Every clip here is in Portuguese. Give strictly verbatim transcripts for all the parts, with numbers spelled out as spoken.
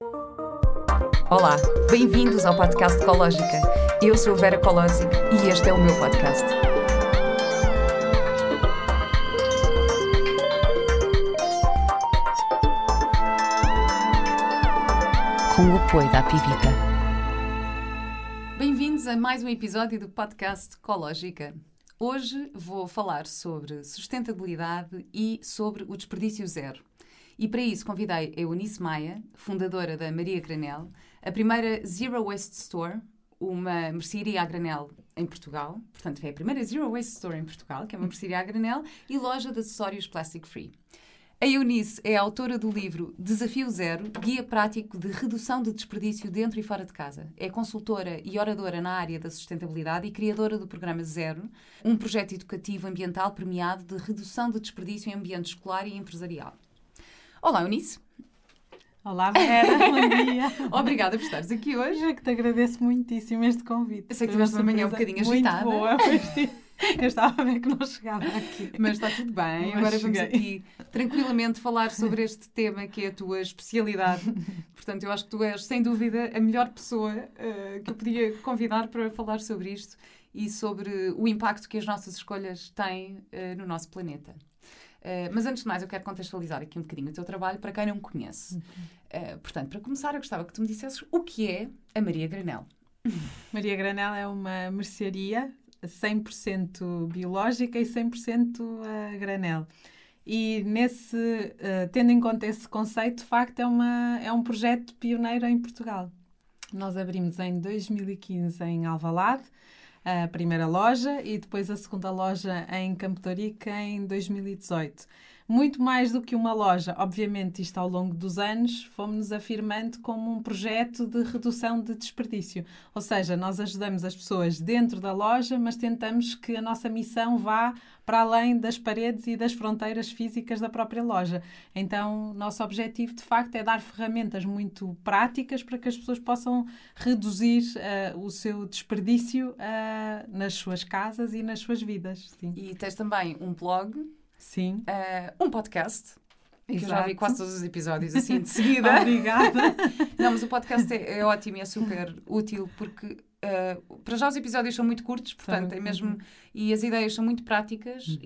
Olá, bem-vindos ao podcast Ecológica. Eu sou a Vera Kolosik e este é o meu podcast. Com o apoio da Pivita. Bem-vindos a mais um episódio do podcast Ecológica. Hoje vou falar sobre sustentabilidade e sobre o desperdício zero. E para isso convidei a Eunice Maia, fundadora da Maria Granel, a primeira Zero Waste Store, uma mercearia a granel em Portugal. Portanto, é a primeira Zero Waste Store em Portugal, que é uma mercearia a granel, e loja de acessórios plastic free. A Eunice é a autora do livro Desafio Zero, Guia Prático de Redução de Desperdício Dentro e Fora de Casa. É consultora e oradora na área da sustentabilidade e criadora do programa Zero, um projeto educativo ambiental premiado de redução de desperdício em ambiente escolar e empresarial. Olá, Eunice. Olá, Vera, bom dia. Obrigada por estares aqui hoje. Eu é que te agradeço muitíssimo este convite. Eu sei que tiveste uma manhã um bocadinho agitada. Muito boa, mas eu estava a ver que não chegava aqui. Mas está tudo bem. Mas agora cheguei. Vamos aqui tranquilamente falar sobre este tema que é a tua especialidade. Portanto, eu acho que tu és, sem dúvida, a melhor pessoa uh, que eu podia convidar para falar sobre isto e sobre o impacto que as nossas escolhas têm uh, no nosso planeta. Uh, mas antes de mais eu quero contextualizar aqui um bocadinho o teu trabalho para quem não me conhece. Uh, portanto, para começar eu gostava que tu me dissesses o que é a Maria Granel. Maria Granel é uma mercearia cem por cento biológica e cem por cento a granel. E nesse, uh, tendo em conta esse conceito, de facto é, uma, é um projeto pioneiro em Portugal. Nós abrimos em dois mil e quinze em Alvalade, a primeira loja, e depois a segunda loja em Campo de Ourique em dois mil e dezoito. Muito mais do que uma loja, obviamente isto ao longo dos anos, fomos-nos afirmando como um projeto de redução de desperdício. Ou seja, nós ajudamos as pessoas dentro da loja, mas tentamos que a nossa missão vá para além das paredes e das fronteiras físicas da própria loja. Então, nosso objetivo, de facto, é dar ferramentas muito práticas para que as pessoas possam reduzir uh, o seu desperdício uh, nas suas casas e nas suas vidas. Sim. E tens também um blog. Sim. Uh, um podcast. Que Exato. Eu já vi quase todos os episódios assim de seguida. Obrigada. Não, mas o podcast é, é ótimo e é super útil porque uh, para já os episódios são muito curtos, portanto, é mesmo. Uhum. E as ideias são muito práticas uhum.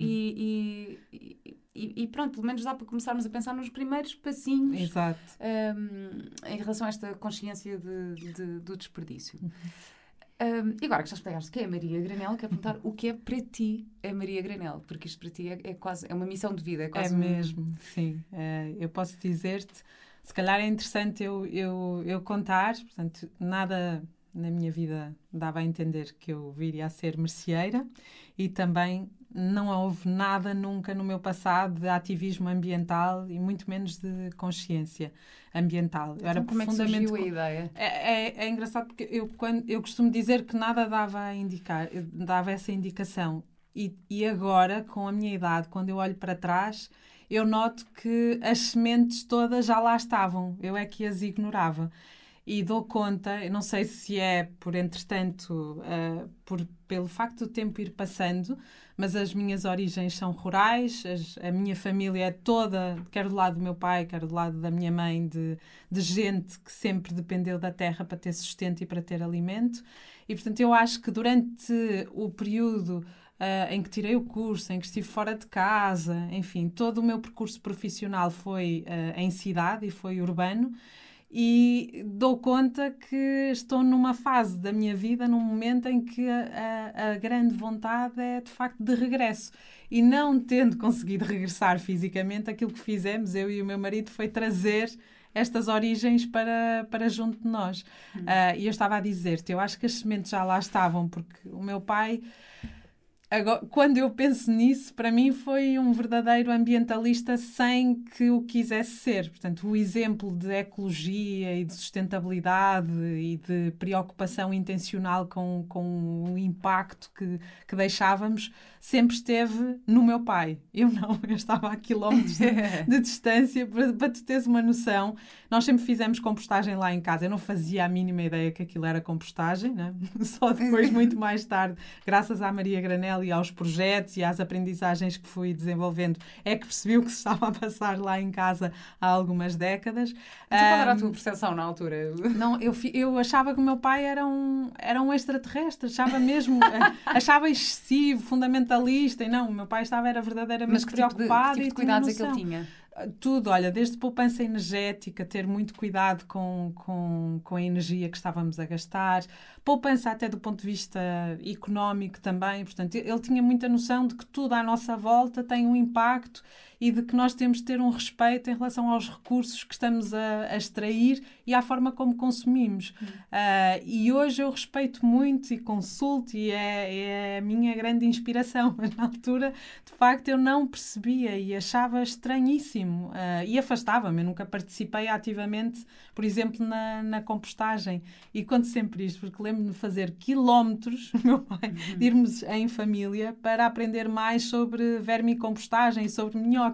e, e, e, e pronto, pelo menos dá para começarmos a pensar nos primeiros passinhos. Exato. Um, em relação a esta consciência de, de, do desperdício. Uhum. Um, e agora que já explicaste o que é a Maria Granel, quero perguntar o que é para ti a Maria Granel, porque isto para ti é, é quase é uma missão de vida. É, quase é um... mesmo, sim. Uh, eu posso dizer-te, se calhar é interessante eu, eu, eu contar, portanto, nada na minha vida dava a entender que eu viria a ser merceeira e também não houve nada nunca no meu passado de ativismo ambiental e muito menos de consciência ambiental. Então, eu era como profundamente... é que surgiu a ideia? É, é, é engraçado porque eu, quando, eu costumo dizer que nada dava a indicar, dava essa indicação. E, e agora, com a minha idade, quando eu olho para trás, eu noto que as sementes todas já lá estavam. Eu é que as ignorava. E dou conta, eu não sei se é por, entretanto, uh, por, pelo facto do tempo ir passando, mas as minhas origens são rurais, as, a minha família é toda, quer do lado do meu pai, quer do lado da minha mãe, de, de gente que sempre dependeu da terra para ter sustento e para ter alimento. E, portanto, eu acho que durante o período uh, em que tirei o curso, em que estive fora de casa, enfim, todo o meu percurso profissional foi uh, em cidade e foi urbano. E dou conta que estou numa fase da minha vida, num momento em que a, a, a grande vontade é, de facto, de regresso. E não tendo conseguido regressar fisicamente, aquilo que fizemos, eu e o meu marido, foi trazer estas origens para, para junto de nós. Hum. Uh, e eu estava a dizer-te, eu acho que as sementes já lá estavam, porque o meu pai... Agora, quando eu penso nisso, para mim foi um verdadeiro ambientalista sem que o quisesse ser. Portanto, o exemplo de ecologia e de sustentabilidade e de preocupação intencional com, com o impacto que, que deixávamos sempre esteve no meu pai. Eu não, eu estava a quilómetros de, de distância. Para, para tu teres uma noção, nós sempre fizemos compostagem lá em casa. Eu não fazia a mínima ideia que aquilo era compostagem, né? Só depois, muito mais tarde, graças à Maria Granel, Granel e aos projetos e às aprendizagens que fui desenvolvendo, é que percebi o que se estava a passar lá em casa há algumas décadas. Então, qual era a tua percepção na altura? Não, eu, eu achava que o meu pai era um, era um extraterrestre, achava mesmo, achava excessivo, fundamentalista, e não, o meu pai estava, era verdadeiramente Mas que preocupado. Tipo de, que tipo de cuidados é que ele tinha? Tudo, olha, desde poupança energética, ter muito cuidado com, com, com a energia que estávamos a gastar, poupança até do ponto de vista económico também, portanto, ele tinha muita noção de que tudo à nossa volta tem um impacto e de que nós temos de ter um respeito em relação aos recursos que estamos a, a extrair e à forma como consumimos. Hum. Uh, e hoje eu respeito muito e consulto e é, é a minha grande inspiração, mas na altura, de facto, eu não percebia e achava estranhíssimo uh, e afastava-me. Eu nunca participei ativamente, por exemplo, na, na compostagem. E conto sempre isto, porque lembro-me de fazer quilómetros, meu pai, de irmos em família para aprender mais sobre vermicompostagem e sobre minhocas.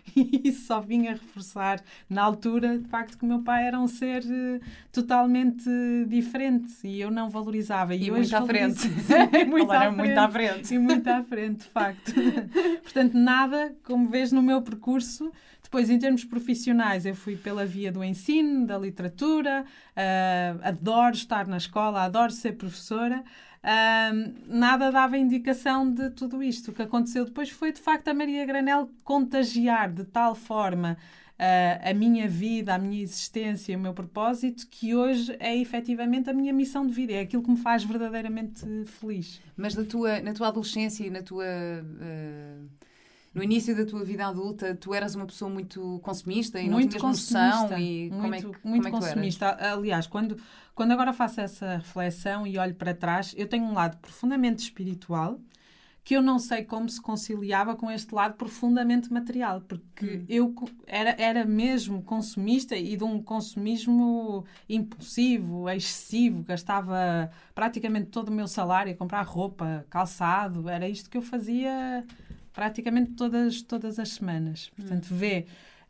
E isso só vinha reforçar, na altura, de facto, que o meu pai era um ser uh, totalmente diferente e eu não valorizava. E, e muito hoje à frente. muito, à frente muito à frente. E muito à frente, de facto. Portanto, nada, como vês no meu percurso. Depois, em termos profissionais, eu fui pela via do ensino, da literatura, uh, adoro estar na escola, adoro ser professora. Uh, nada dava indicação de tudo isto. O que aconteceu depois foi, de facto, a Maria Granel contagiar de tal forma uh, a minha vida, a minha existência, o meu propósito, que hoje é efetivamente a minha missão de vida. É aquilo que me faz verdadeiramente feliz. Mas na tua, na tua adolescência e na tua... Uh... No início da tua vida adulta, tu eras uma pessoa muito consumista e muito não tinhas noção e muito, como é que, muito como é que consumista. Aliás, quando, quando agora faço essa reflexão e olho para trás, eu tenho um lado profundamente espiritual que eu não sei como se conciliava com este lado profundamente material, porque hum. eu era, era mesmo consumista e de um consumismo impulsivo, excessivo, gastava praticamente todo o meu salário a comprar roupa, calçado, era isto que eu fazia praticamente todas, todas as semanas. Portanto, hum. vê.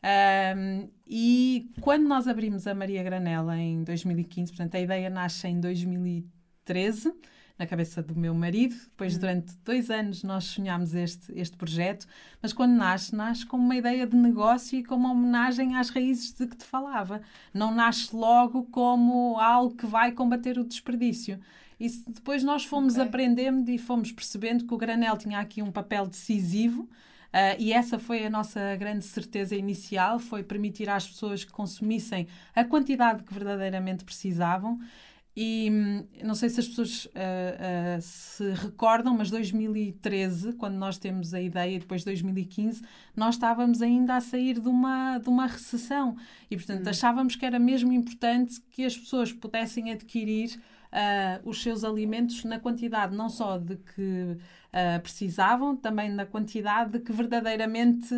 Um, e quando nós abrimos a Maria Granel em dois mil e quinze, portanto, a ideia nasce em dois mil e treze, na cabeça do meu marido. Depois, hum. durante dois anos, nós sonhámos este, este projeto. Mas quando nasce, nasce como uma ideia de negócio e como uma homenagem às raízes de que te falava. Não nasce logo como algo que vai combater o desperdício. E depois nós fomos okay. aprendendo e fomos percebendo que o granel tinha aqui um papel decisivo uh, e essa foi a nossa grande certeza inicial, foi permitir às pessoas que consumissem a quantidade que verdadeiramente precisavam. E não sei se as pessoas uh, uh, se recordam, mas dois mil e treze, quando nós temos a ideia, e depois dois mil e quinze, nós estávamos ainda a sair de uma, de uma recessão. E, portanto, hum. achávamos que era mesmo importante que as pessoas pudessem adquirir Uh, os seus alimentos na quantidade não só de que uh, precisavam, também na quantidade de que verdadeiramente uh,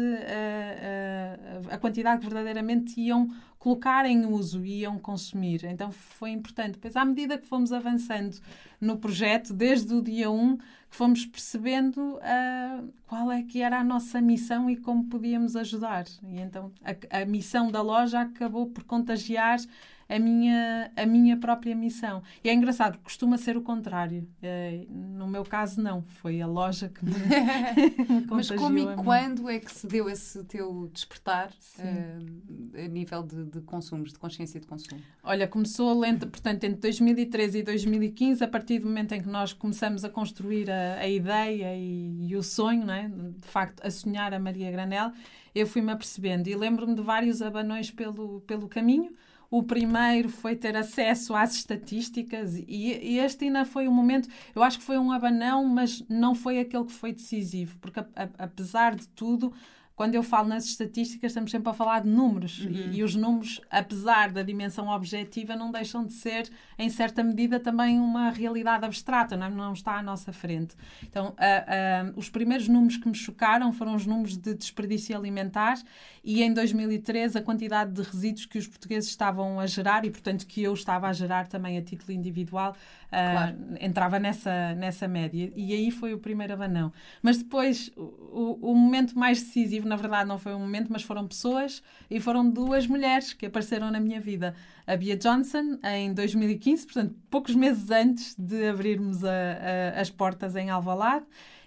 uh, a quantidade que verdadeiramente iam colocar em uso e iam consumir. Então foi importante. Depois, à medida que fomos avançando no projeto, desde o dia um, que fomos percebendo uh, qual é que era a nossa missão e como podíamos ajudar. E então a, a missão da loja acabou por contagiar a minha, a minha própria missão. E é engraçado, costuma ser o contrário. É, no meu caso, não. Foi a loja que me, me Mas como e quando é que se deu esse teu despertar uh, a nível de, de consumos, de consciência de consumo? Olha, começou lenta, portanto, entre dois mil e treze e dois mil e quinze, a partir do momento em que nós começamos a construir a, a ideia e, e o sonho, não é? De facto, a sonhar a Maria Granel, eu fui-me apercebendo. E lembro-me de vários abanões pelo, pelo caminho. O primeiro foi ter acesso às estatísticas e, e este ainda foi um momento, eu acho que foi um abanão, mas não foi aquele que foi decisivo, porque a, a, apesar de tudo, quando eu falo nas estatísticas, estamos sempre a falar de números. Uhum. E, e os números, apesar da dimensão objetiva, não deixam de ser, em certa medida, também uma realidade abstrata, não, é? Não está à nossa frente. Então, uh, uh, os primeiros números que me chocaram foram os números de desperdício alimentar e, em dois mil e treze, a quantidade de resíduos que os portugueses estavam a gerar e, portanto, que eu estava a gerar também a título individual, uh, claro. entrava nessa, nessa média. E aí foi o primeiro abanão. Mas depois, o, o momento mais decisivo, na verdade não foi um momento, mas foram pessoas e foram duas mulheres que apareceram na minha vida. A Bea Johnson, em dois mil e quinze, portanto, poucos meses antes de abrirmos a, a, as portas em Alvalade,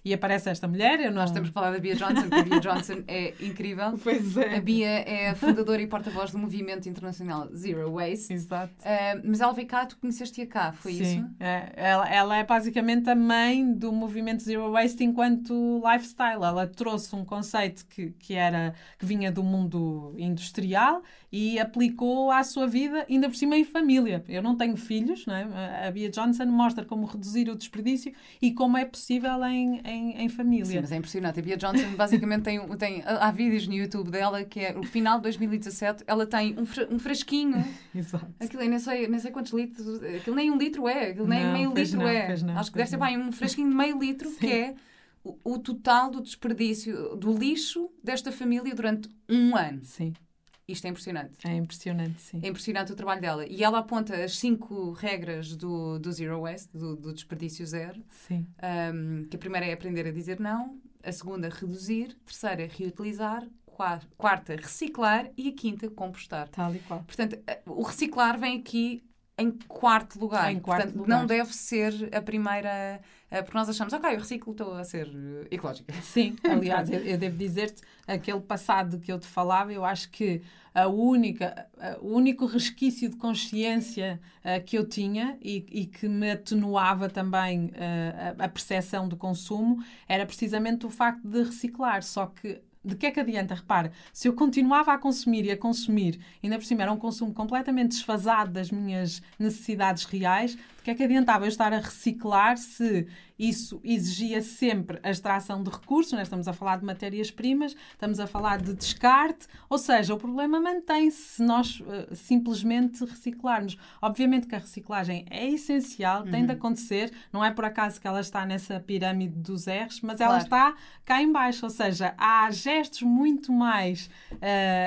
e aparece esta mulher. Eu não... Nós temos que falar da Bea Johnson, porque a Bea Johnson é incrível. Pois é. A Bea é a fundadora e porta-voz do movimento internacional Zero Waste. Exato. Uh, mas ela veio cá, tu conheceste-a cá, foi Sim. isso? É, ela, ela é basicamente a mãe do movimento Zero Waste enquanto lifestyle. Ela trouxe um conceito que, que, era, que vinha do mundo industrial e aplicou à sua vida, ainda por cima em família. Eu não tenho filhos, não é? A Bea Johnson mostra como reduzir o desperdício e como é possível em, em, em família. Sim, mas é impressionante. A Bea Johnson basicamente tem, tem... Há vídeos no YouTube dela que é no final de dois mil e dezassete, ela tem um, fra, um frasquinho. Exato. Aquilo eu nem sei, nem sei quantos litros... Aquilo nem um litro é. Aquilo nem não, meio litro não, é. Não, Acho que deve ser bem um frasquinho de meio litro, Sim. que é o, o total do desperdício, do lixo desta família durante um ano. Sim. Isto é impressionante. É impressionante, sim. É impressionante o trabalho dela. E ela aponta as cinco regras do, do Zero Waste, do, do desperdício zero. Sim. Um, que a primeira é aprender a dizer não, a segunda, reduzir, a terceira, reutilizar, quarta, reciclar e a quinta, compostar. Tal e qual. Portanto, o reciclar vem aqui em quarto lugar. Em quarto Portanto, lugar. não deve ser a primeira... Porque nós achamos, ok, o reciclo estou a ser ecológica. Sim, aliás, eu, eu devo dizer-te, aquele passado que eu te falava, eu acho que a única, a, o único resquício de consciência uh, que eu tinha e, e que me atenuava também uh, a, a percepção do consumo era precisamente o facto de reciclar. Só que de que é que adianta? Repara, se eu continuava a consumir e a consumir, ainda por cima era um consumo completamente desfasado das minhas necessidades reais, de que é que adiantava eu estar a reciclar se isso exigia sempre a extração de recursos? Nós estamos a falar de matérias-primas, estamos a falar de descarte, ou seja, o problema mantém-se se nós uh, simplesmente reciclarmos. Obviamente que a reciclagem é essencial, uhum. tem de acontecer, não é por acaso que ela está nessa pirâmide dos R's, mas ela claro. está cá em baixo, ou seja, há gestos muito mais uh,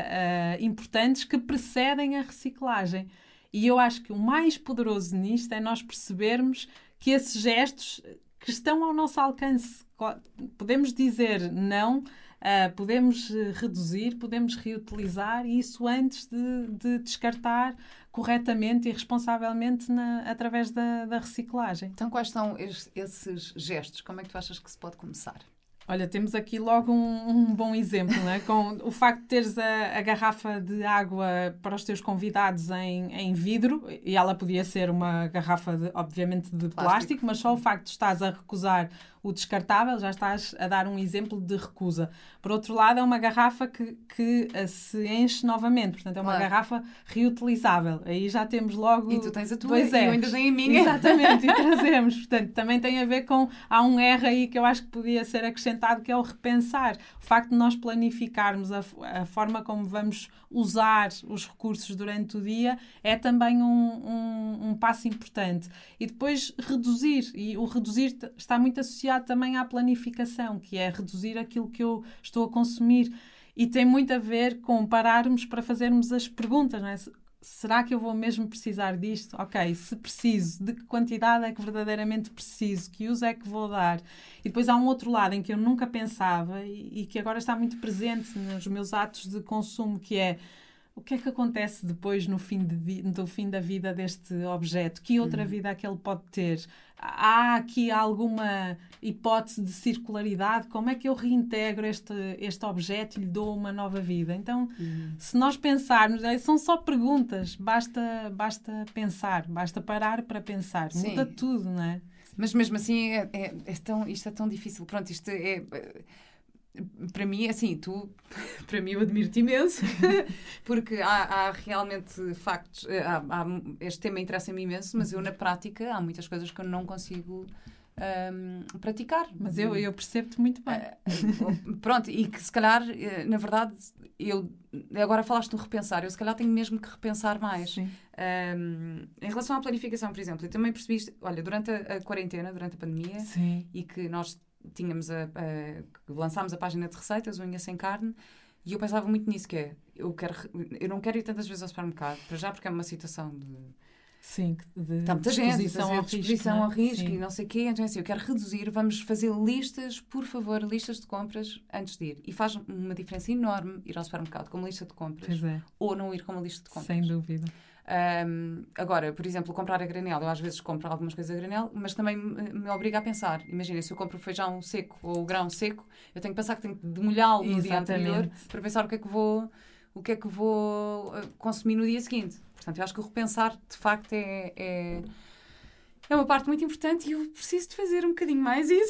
uh, importantes que precedem a reciclagem. E eu acho que o mais poderoso nisto é nós percebermos que esses gestos que estão ao nosso alcance, podemos dizer não, uh, podemos reduzir, podemos reutilizar, e isso antes de, de descartar corretamente e responsavelmente na, através da, da reciclagem. Então, quais são esses gestos? Como é que tu achas que se pode começar? Olha, temos aqui logo um, um bom exemplo, não é? Com o facto de teres a, a garrafa de água para os teus convidados em, em vidro, e ela podia ser uma garrafa, de, obviamente, de plástico. plástico, mas só o facto de estás a recusar o descartável, já estás a dar um exemplo de recusa. Por outro lado, é uma garrafa que, que se enche novamente, portanto, é uma claro. garrafa reutilizável. Aí já temos logo e tu tens a tua, dois e eu ainda tenho a minha. Exatamente, e trazemos. Portanto, também tem a ver com... Há um R aí que eu acho que podia ser acrescentado, que é o repensar. O facto de nós planificarmos a, a forma como vamos usar os recursos durante o dia é também um, um, um passo importante. E depois reduzir. E o reduzir está muito associado também à planificação, que é reduzir aquilo que eu estou a consumir. E tem muito a ver com pararmos para fazermos as perguntas, não é? Será que eu vou mesmo precisar disto? Ok, se preciso, de que quantidade é que verdadeiramente preciso? Que uso é que vou dar? E depois há um outro lado em que eu nunca pensava e, e que agora está muito presente nos meus atos de consumo, que é: o que é que acontece depois no fim, de, no fim da vida deste objeto? Que outra uhum. vida é que ele pode ter? Há aqui alguma hipótese de circularidade? Como é que eu reintegro este, este objeto e lhe dou uma nova vida? Então, uhum. se nós pensarmos, são só perguntas, basta, basta pensar, basta parar para pensar. Sim. Muda tudo, não é? Mas mesmo assim, é, é, é tão, isto é tão difícil. Pronto, isto é... é... Para mim, assim, tu, para mim eu admiro-te imenso, porque há, há realmente factos, há, há, este tema interessa-me imenso, mas eu na prática há muitas coisas que eu não consigo um, praticar. Mas eu, eu percebo-te muito bem. Uh, pronto, e que se calhar, na verdade, eu, agora falaste do repensar, eu se calhar tenho mesmo que repensar mais. Um, em relação à planificação, por exemplo, eu também percebi isto, olha, durante a, a quarentena, durante a pandemia, Sim. e que nós tínhamos a, a, lançámos a página de receitas, Unha Sem Carne, e eu pensava muito nisso, que é, eu, quero, eu não quero ir tantas vezes ao supermercado, para já porque é uma situação de... Sim, de está muita gente, exposição ao risco, exposição ao risco Sim. e não sei o quê, então assim, eu quero reduzir, vamos fazer listas, por favor, listas de compras antes de ir. E faz uma diferença enorme ir ao supermercado com uma lista de compras é. ou não ir com uma lista de compras. Sem dúvida. Um, agora, por exemplo, comprar a granel. Eu às vezes compro algumas coisas a granel, mas também me, me obriga a pensar. Imagina, se eu compro feijão seco ou grão seco, eu tenho que pensar que tenho que demolhá-lo no dia anterior para pensar o que é que vou, o que é que vou consumir no dia seguinte. Portanto, eu acho que o repensar, de facto, é... é É uma parte muito importante e eu preciso de fazer um bocadinho mais isso.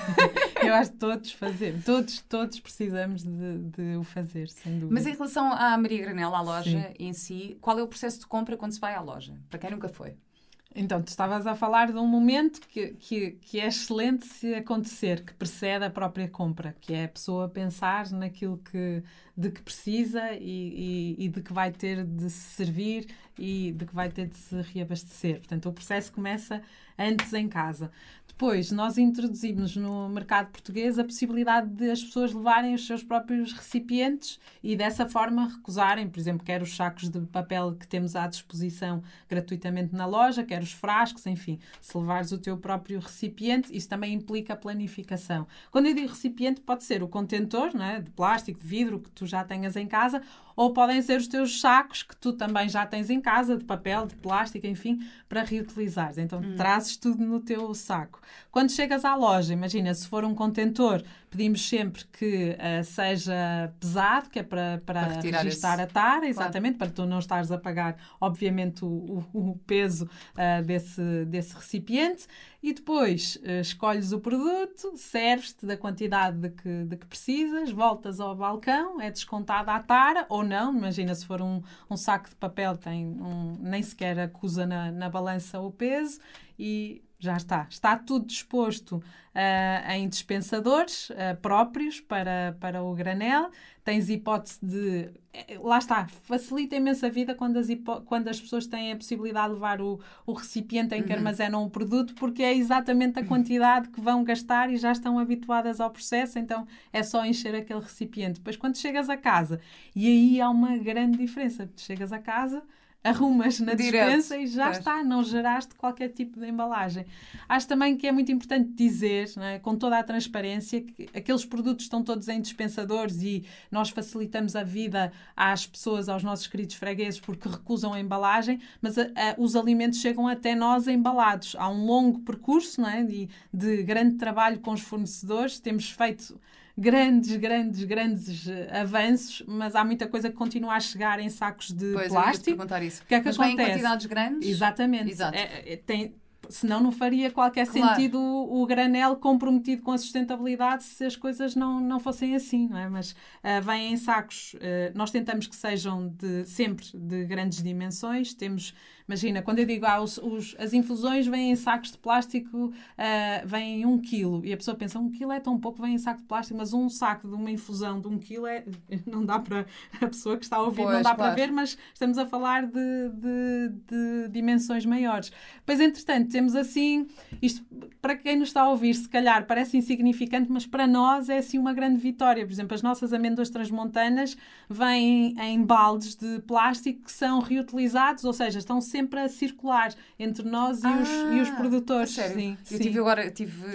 Eu acho que todos fazemos. Todos, todos precisamos de, de o fazer, sem dúvida. Mas em relação à Maria Granel, à loja Sim. em si, qual é o processo de compra quando se vai à loja? Para quem nunca foi. Então, tu estavas a falar de um momento que, que, que é excelente se acontecer, que precede a própria compra, que é a pessoa pensar naquilo que, de que precisa e, e, e de que vai ter de se servir e de que vai ter de se reabastecer. Portanto, o processo começa antes em casa. Depois, nós introduzimos no mercado português a possibilidade de as pessoas levarem os seus próprios recipientes e, dessa forma, recusarem, por exemplo, quer os sacos de papel que temos à disposição gratuitamente na loja, quer os frascos, enfim. Se levares o teu próprio recipiente, isso também implica planificação. Quando eu digo recipiente, pode ser o contentor, não é? De plástico, de vidro, que tu já tenhas em casa, ou podem ser os teus sacos que tu também já tens em casa, de papel, de plástico, enfim, para reutilizares. Então, hum. trazes tudo no teu saco. Quando chegas à loja, imagina, se for um contentor, pedimos sempre que uh, seja pesado, que é para, para, para registar esse... a tara, exatamente, claro. Para tu não estares a pagar, obviamente, o, o, o peso uh, desse, desse recipiente. E depois uh, escolhes o produto, serves-te da quantidade de que, de que precisas, voltas ao balcão, é descontada a tara ou não. Imagina, se for um, um saco de papel, tem um, nem sequer acusa na, na balança o peso e já está. Está tudo disposto uh, em dispensadores uh, próprios para, para o granel. Tens hipótese de... Lá está, facilita imenso a vida quando as, hipo... quando as pessoas têm a possibilidade de levar o, o recipiente em que uhum. armazenam o produto, porque é exatamente a quantidade que vão gastar e já estão habituadas ao processo, então é só encher aquele recipiente. Depois, quando chegas a casa, e aí há uma grande diferença. Chegas a casa, arrumas na Direto. Despensa e já Pois. Está, não geraste qualquer tipo de embalagem. Acho também que é muito importante dizer, não é, com toda a transparência, que aqueles produtos estão todos em dispensadores e nós facilitamos a vida às pessoas, aos nossos queridos fregueses, porque recusam a embalagem, mas a, a, os alimentos chegam até nós embalados. Há um longo percurso, não é, de, de grande trabalho com os fornecedores. Temos feito grandes, grandes, grandes avanços, mas há muita coisa que continua a chegar em sacos de pois, plástico. Eu ia perguntar isso. O que é que mas acontece? Vem em quantidades grandes? Exatamente. Exato. É, é, tem, senão não faria qualquer claro. sentido o, o granel comprometido com a sustentabilidade se as coisas não, não fossem assim, não é? Mas uh, vêm em sacos. Uh, nós tentamos que sejam de, sempre de grandes dimensões. Temos... Imagina, quando eu digo ah, os, os, as infusões vêm em sacos de plástico, uh, vêm em um quilo. E a pessoa pensa, um quilo é tão pouco, vem em saco de plástico, mas um saco de uma infusão de um quilo é... Não dá para... A pessoa que está a ouvir pois, não dá claro. para ver, mas estamos a falar de, de, de dimensões maiores. Pois, entretanto, temos assim... Isto, para quem nos está a ouvir, se calhar parece insignificante, mas para nós é assim uma grande vitória. Por exemplo, as nossas amêndoas transmontanas vêm em baldes de plástico que são reutilizados, ou seja, estão sempre a circular entre nós e, ah, os, e os produtores. Sério? Sim, eu sim. tive agora, tive,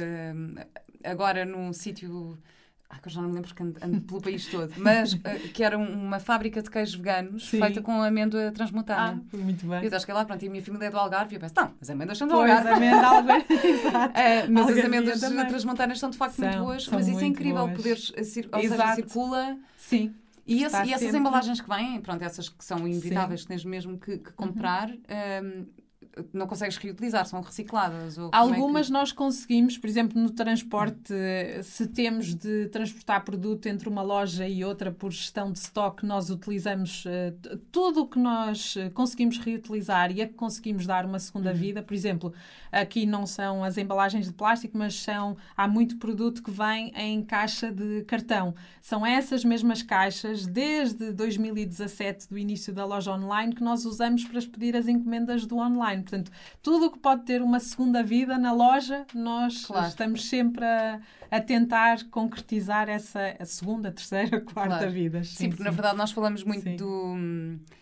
uh, agora num sítio, ah, que eu já não me lembro porque ando, ando pelo país todo, mas uh, que era uma fábrica de queijos veganos sim. feita com amêndoa transmontana. Ah, muito bem. Eu acho que é lá, pronto, e a minha família é do Algarve e eu penso, não, as amêndoas são do pois, Algarve. Amêndoa, Algarve. Exato. Uh, mas Algarve as amêndoas também. transmontanas são de facto são, muito boas, são mas isso muito é incrível, boas. poder, ou Exato. seja, circula... Sim. E, esse, e essas sempre... embalagens que vêm, pronto, essas que são inevitáveis, sim. que tens mesmo que, que comprar, uhum. um, não consegues reutilizar, são recicladas? Ou Algumas é que... nós conseguimos, por exemplo, no transporte, se temos de transportar produto entre uma loja e outra por gestão de estoque, nós utilizamos uh, tudo o que nós conseguimos reutilizar e a que conseguimos dar uma segunda uhum. vida. Por exemplo, aqui não são as embalagens de plástico, mas são, há muito produto que vem em caixa de cartão. São essas mesmas caixas, desde dois mil e dezassete, do início da loja online, que nós usamos para expedir as encomendas do online. Portanto, tudo o que pode ter uma segunda vida na loja, nós claro. estamos sempre a, a tentar concretizar essa a segunda, terceira, quarta claro. vidas. Sim, sim, porque sim. na verdade nós falamos muito sim. do...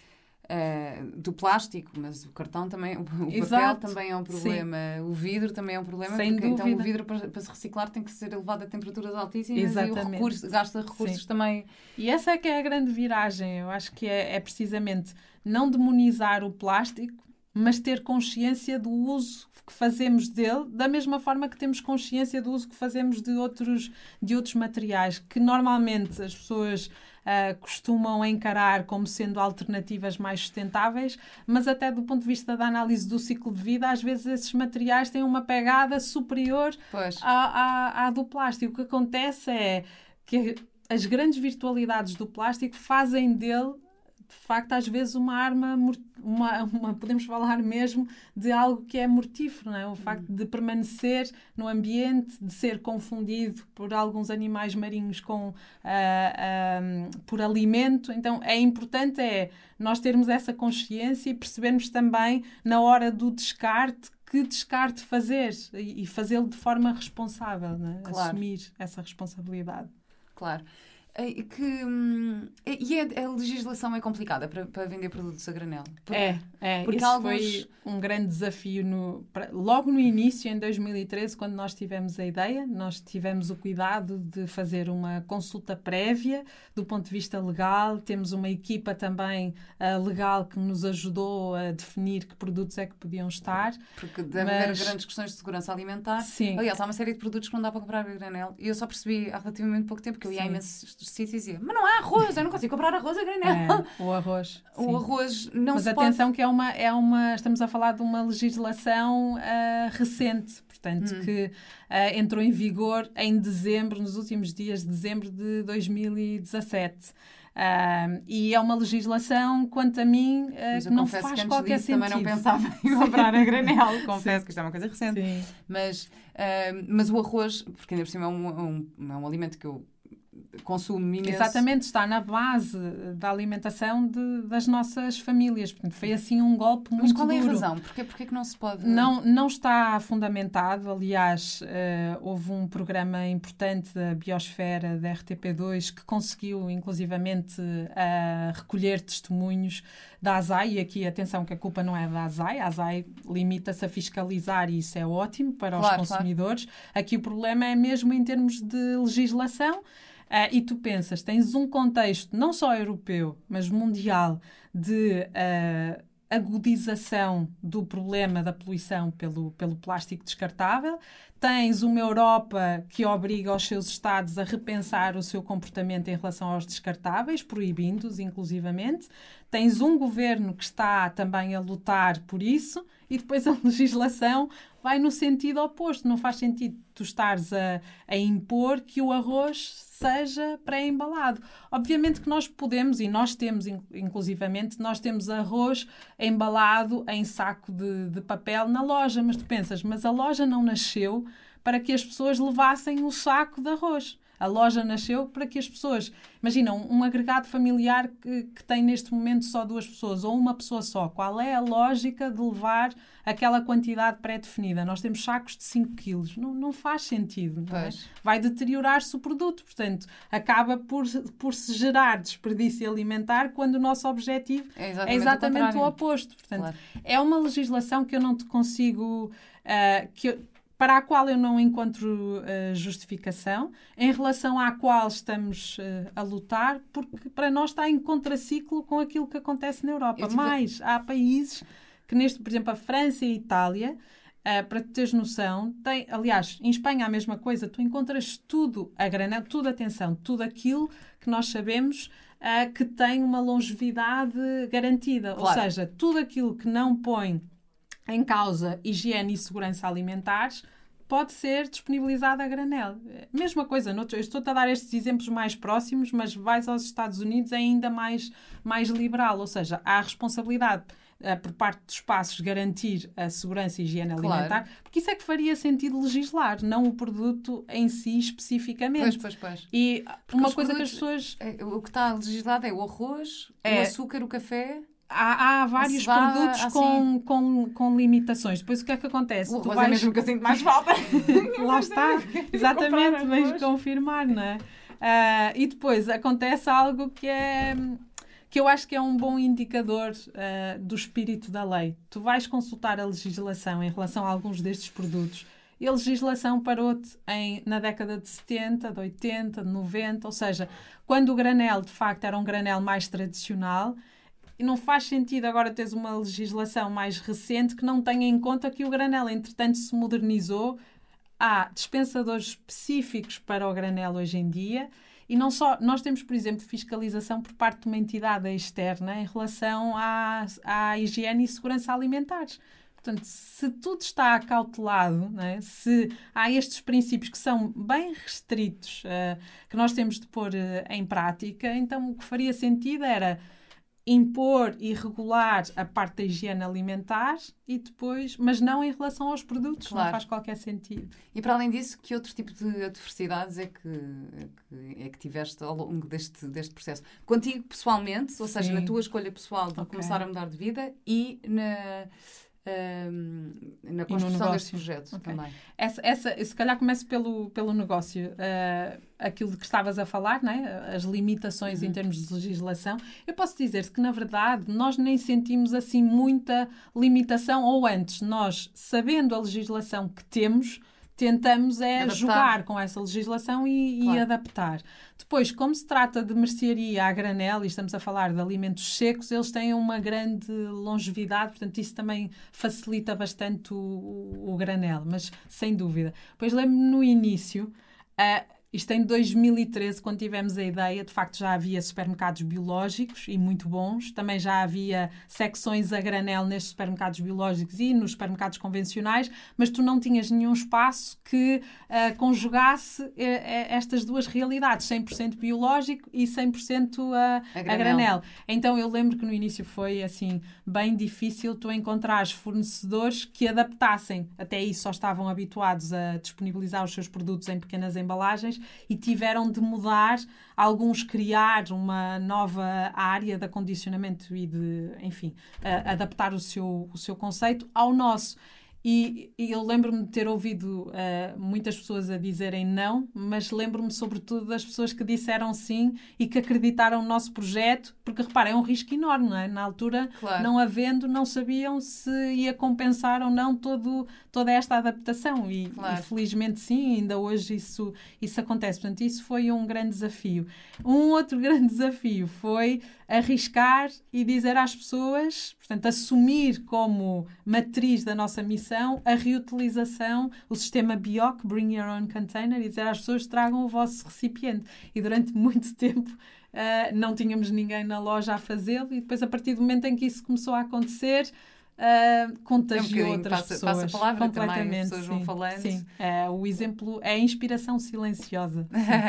uh, do plástico, mas o cartão também, o Exato. papel também é um problema, Sim. o vidro também é um problema, Sem porque dúvida. então o vidro para, para se reciclar tem que ser elevado a temperaturas altíssimas. Exatamente. E o recurso, gasta recursos Sim. também. E essa é que é a grande viragem, eu acho que é, é precisamente não demonizar o plástico, mas ter consciência do uso que fazemos dele, da mesma forma que temos consciência do uso que fazemos de outros, de outros materiais, que normalmente as pessoas uh, costumam encarar como sendo alternativas mais sustentáveis, mas até do ponto de vista da análise do ciclo de vida, às vezes esses materiais têm uma pegada superior à, à, à do plástico. O que acontece é que as grandes virtualidades do plástico fazem dele, de facto, às vezes uma arma, uma, uma, podemos falar mesmo de algo que é mortífero, não é? O facto de permanecer no ambiente, de ser confundido por alguns animais marinhos com, uh, uh, por alimento. Então, é importante é nós termos essa consciência e percebermos também, na hora do descarte, que descarte fazer e, e fazê-lo de forma responsável, não é? Claro. Assumir essa responsabilidade. Claro. Que, hum, e a, a legislação é complicada para, para vender produtos a granel? Porque, é, é. Porque Isso alguns... foi um grande desafio. No, para, logo no início, em dois mil e treze, quando nós tivemos a ideia, nós tivemos o cuidado de fazer uma consulta prévia do ponto de vista legal. Temos uma equipa também uh, legal que nos ajudou a definir que produtos é que podiam estar. Porque deve mas... haver grandes questões de segurança alimentar. Sim. Aliás, há uma série de produtos que não dá para comprar a granel. E eu só percebi há relativamente pouco tempo que eu ia a imensos sítios e dizia, mas não há arroz, eu não consigo comprar arroz a granel. É, o arroz. O sim. arroz não mas se atenção pode... que é uma, é uma, estamos a falar de uma legislação uh, recente, portanto, hum. que uh, entrou em vigor em dezembro, nos últimos dias de dezembro de dois mil e dezassete. Uh, e é uma legislação, quanto a mim, uh, que não faz que qualquer disso, sentido. Também não pensava em comprar a granel. Confesso Sim. que isto é uma coisa recente. Sim. Mas, uh, mas o arroz, porque ainda por cima é um, um, é um alimento que eu consumo imenso. Exatamente, está na base da alimentação de, das nossas famílias. Portanto, foi assim um golpe muito duro. Mas qual é a razão? Porquê, porquê que não se pode... Não, não está fundamentado. Aliás, uh, houve um programa importante da Biosfera, da R T P dois, que conseguiu, inclusivamente, uh, recolher testemunhos da ASAI. E aqui, atenção, que a culpa não é da ASAI. A ASAI limita-se a fiscalizar e isso é ótimo para claro, os consumidores. Claro. Aqui o problema é mesmo em termos de legislação. Uh, e tu pensas, tens um contexto não só europeu, mas mundial de uh, agudização do problema da poluição pelo, pelo plástico descartável. Tens uma Europa que obriga os seus Estados a repensar o seu comportamento em relação aos descartáveis, proibindo-os inclusivamente. Tens um governo que está também a lutar por isso e depois a legislação vai no sentido oposto. Não faz sentido tu estares a, a impor que o arroz seja pré-embalado. Obviamente que nós podemos, e nós temos, inclusivamente, nós temos arroz embalado em saco de, de papel na loja, mas tu pensas, mas a loja não nasceu para que as pessoas levassem o saco de arroz. A loja nasceu para que as pessoas... Imagina, um, um agregado familiar que, que tem neste momento só duas pessoas ou uma pessoa só. Qual é a lógica de levar aquela quantidade pré-definida? Nós temos sacos de cinco quilos. Não, não faz sentido. Não é? Vai deteriorar-se o produto. Portanto, acaba por, por se gerar desperdício alimentar quando o nosso objetivo é exatamente, é exatamente o, o oposto. Portanto, claro. É uma legislação que eu não te consigo... Uh, que eu, para a qual eu não encontro uh, justificação, em relação à qual estamos uh, a lutar, porque para nós está em contraciclo com aquilo que acontece na Europa. Tive... Mas há países que, neste, por exemplo, a França e a Itália, uh, para tu teres noção, tem, aliás, em Espanha a mesma coisa, tu encontras tudo a granel, tudo, atenção, tudo aquilo que nós sabemos uh, que tem uma longevidade garantida. Claro. Ou seja, tudo aquilo que não põe em causa higiene e segurança alimentares, pode ser disponibilizado a granel. Mesma coisa, noutro, eu estou-te a dar estes exemplos mais próximos, mas vais aos Estados Unidos é ainda mais, mais liberal, ou seja, há a responsabilidade uh, por parte dos espaços garantir a segurança e higiene alimentar, claro. Porque isso é que faria sentido legislar, não o produto em si especificamente. Pois, pois, pois. E porque uma coisa que as pessoas... É, o que está legislado é o arroz, é, o açúcar, o café... Há, há vários cevada, produtos assim. com, com, com limitações. Depois o que é que acontece? O arroz tu vais... é mesmo que eu sinto mais falta. Lá está. Exatamente, vens confirmar, não é? Uh, e depois acontece algo que é, que eu acho que é um bom indicador uh, do espírito da lei. Tu vais consultar a legislação em relação a alguns destes produtos. E a legislação parou-te em, na década de setenta, de oitenta, de noventa, ou seja, quando o granel, de facto, era um granel mais tradicional, e não faz sentido agora teres uma legislação mais recente que não tenha em conta que o granel, entretanto, se modernizou. Há dispensadores específicos para o granel hoje em dia e não só. Nós temos, por exemplo, fiscalização por parte de uma entidade externa em relação à, à higiene e segurança alimentares. Portanto, se tudo está acautelado, não é? Se há estes princípios que são bem restritos, uh, que nós temos de pôr uh, em prática, então o que faria sentido era impor e regular a parte da higiene alimentar e depois, mas não em relação aos produtos, claro. Não faz qualquer sentido. E para além disso, que outro tipo de adversidades é que, é que, é que tiveste ao longo deste, deste processo? Contigo pessoalmente, ou seja, Sim. na tua escolha pessoal de okay. começar a mudar de vida e na... Um, na construção deste projeto okay. também. Essa, essa, se calhar começo pelo, pelo negócio. Uh, aquilo de que estavas a falar, não é? As limitações uhum. em termos de legislação. Eu posso dizer-te que, na verdade, nós nem sentimos assim muita limitação, ou antes, nós, sabendo a legislação que temos, tentamos é adaptar. Jogar com essa legislação e, claro. E adaptar. Depois, como se trata de mercearia a granel, e estamos a falar de alimentos secos, eles têm uma grande longevidade, portanto, isso também facilita bastante o, o, o granel, mas sem dúvida. Depois, lembro-me no início, uh, isto em dois mil e treze, quando tivemos a ideia, de facto já havia supermercados biológicos e muito bons. Também já havia secções a granel nestes supermercados biológicos e nos supermercados convencionais, mas tu não tinhas nenhum espaço que uh, conjugasse uh, estas duas realidades, cem por cento biológico e cem por cento a, a, granel. a granel. Então eu lembro que no início foi assim bem difícil tu encontrares fornecedores que adaptassem. Até aí só estavam habituados a disponibilizar os seus produtos em pequenas embalagens e tiveram de mudar, alguns criar uma nova área de acondicionamento e de, enfim, uh, adaptar o seu, o seu conceito ao nosso. E, e eu lembro-me de ter ouvido uh, muitas pessoas a dizerem não, mas lembro-me sobretudo das pessoas que disseram sim e que acreditaram no nosso projeto, porque reparem, é um risco enorme, não é? Na altura, claro. Não havendo, não sabiam se ia compensar ou não todo, toda esta adaptação e, claro. E felizmente sim, ainda hoje isso, isso acontece. Portanto, isso foi um grande desafio. Um outro grande desafio foi arriscar e dizer às pessoas, portanto, assumir como matriz da nossa missão a reutilização, o sistema B I O C, Bring Your Own Container, e dizer às pessoas tragam o vosso recipiente. E durante muito tempo uh, não tínhamos ninguém na loja a fazê-lo e depois, a partir do momento em que isso começou a acontecer, Uh, contagiou é um outras passa, pessoas. Passa a palavra completamente, também, as pessoas sim, vão falando. Sim. É, o exemplo é a inspiração silenciosa.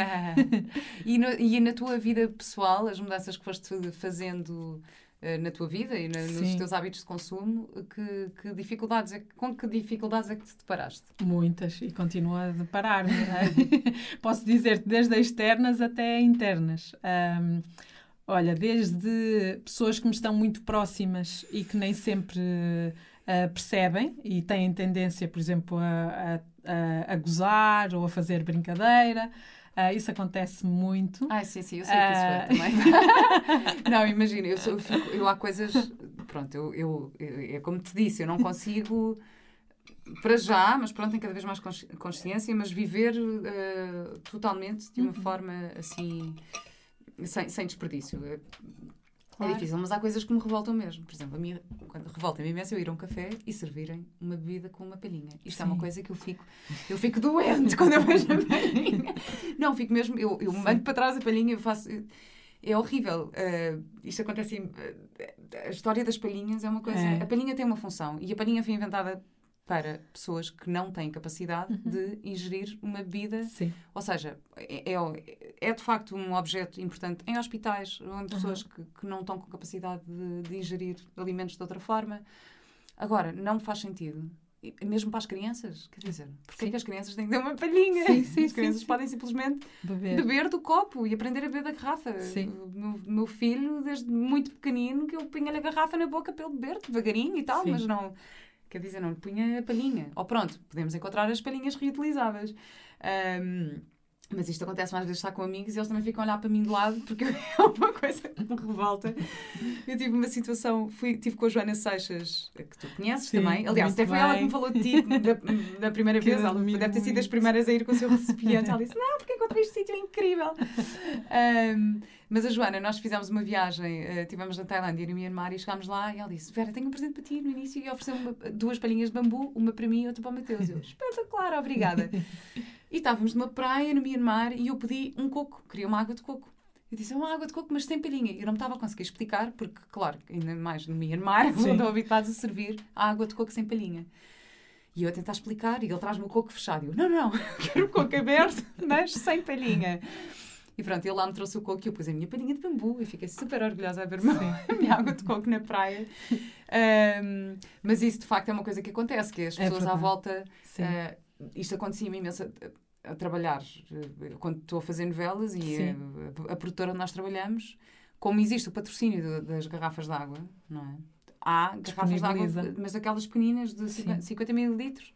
e, no, e na tua vida pessoal, as mudanças que foste fazendo uh, na tua vida e na, nos teus hábitos de consumo, que, que dificuldades é, com que dificuldades é que te deparaste? Muitas, e continuo a deparar. Posso dizer-te desde externas até internas. Um, Olha, desde pessoas que me estão muito próximas e que nem sempre uh, percebem e têm tendência, por exemplo, a, a, a gozar ou a fazer brincadeira. Uh, isso acontece muito. Ah, sim, sim, eu sei que isso é também. Não, imagina, eu, sou, eu, fico, eu há coisas... Pronto, eu, eu, eu, é como te disse, eu não consigo... Para já, mas pronto, tenho cada vez mais consciência, mas viver uh, totalmente de uma uhum. forma assim... Sem, sem desperdício. É, claro. É difícil, mas há coisas que me revoltam mesmo. Por exemplo, a minha, quando revolta-me imenso eu ir a um café e servirem uma bebida com uma palhinha. Isto Sim. é uma coisa que eu fico eu fico doente quando eu vejo a palhinha. Não, fico mesmo, eu, eu mando para trás a palhinha, eu faço... É horrível. Uh, isto acontece assim, uh, a história das palhinhas é uma coisa... É. A palhinha tem uma função e a palhinha foi inventada para pessoas que não têm capacidade uhum. de ingerir uma bebida. Sim. Ou seja, é, é, é de facto um objeto importante em hospitais, em pessoas uhum. que, que não estão com capacidade de, de ingerir alimentos de outra forma. Agora, não faz sentido. Mesmo para as crianças, quer dizer, porque é que as crianças têm que ter uma palhinha? Sim, sim, as crianças sim, podem sim. simplesmente beber. beber do copo e aprender a beber da garrafa. Sim. O meu, meu filho, desde muito pequenino, que eu punha-lhe a garrafa na boca para ele beber devagarinho e tal, sim. mas não... Quer dizer, não lhe punha a palhinha. Ou pronto, podemos encontrar as palhinhas reutilizáveis. Um, Mas isto acontece mais vezes estar com amigos e eles também ficam a olhar para mim de lado porque é uma coisa que me revolta. Eu tive uma situação, fui, tive com a Joana Seixas, que tu conheces Sim, também. Aliás, até foi ela que me falou de ti da, da primeira que vez. Ela deve ter sido muito. das primeiras a ir com o seu recipiente. Ela disse, não, porque encontrei este sítio incrível. Um, mas a Joana, nós fizemos uma viagem, uh, estivemos na Tailândia e no Myanmar e chegámos lá e ela disse, Vera, tenho um presente para ti no início, e ofereceu-me duas palhinhas de bambu, uma para mim e outra para o Mateus. Eu, espetacular, obrigada. E estávamos numa praia no Myanmar e eu pedi um coco, queria uma água de coco. Eu disse, é uma água de coco, mas sem palhinha. Eu não me estava a conseguir explicar, porque, claro, ainda mais no Myanmar, estão habituados a servir a água de coco sem palhinha. E eu a tentar explicar, e ele traz-me o coco fechado. E eu, não, não, quero o coco aberto, mas sem palhinha. E pronto, ele lá me trouxe o coco e eu pus a minha palhinha de bambu e fiquei super orgulhosa a ver a minha água de coco na praia. Um, mas isso, de facto, é uma coisa que acontece, que as pessoas é à volta... Uh, isto acontecia-me imenso a, a trabalhar, quando estou a fazer novelas e a, a, a produtora onde nós trabalhamos, como existe o patrocínio de, das garrafas de água, não é? Há garrafas de água, mas aquelas pequeninas de cinquenta mililitros,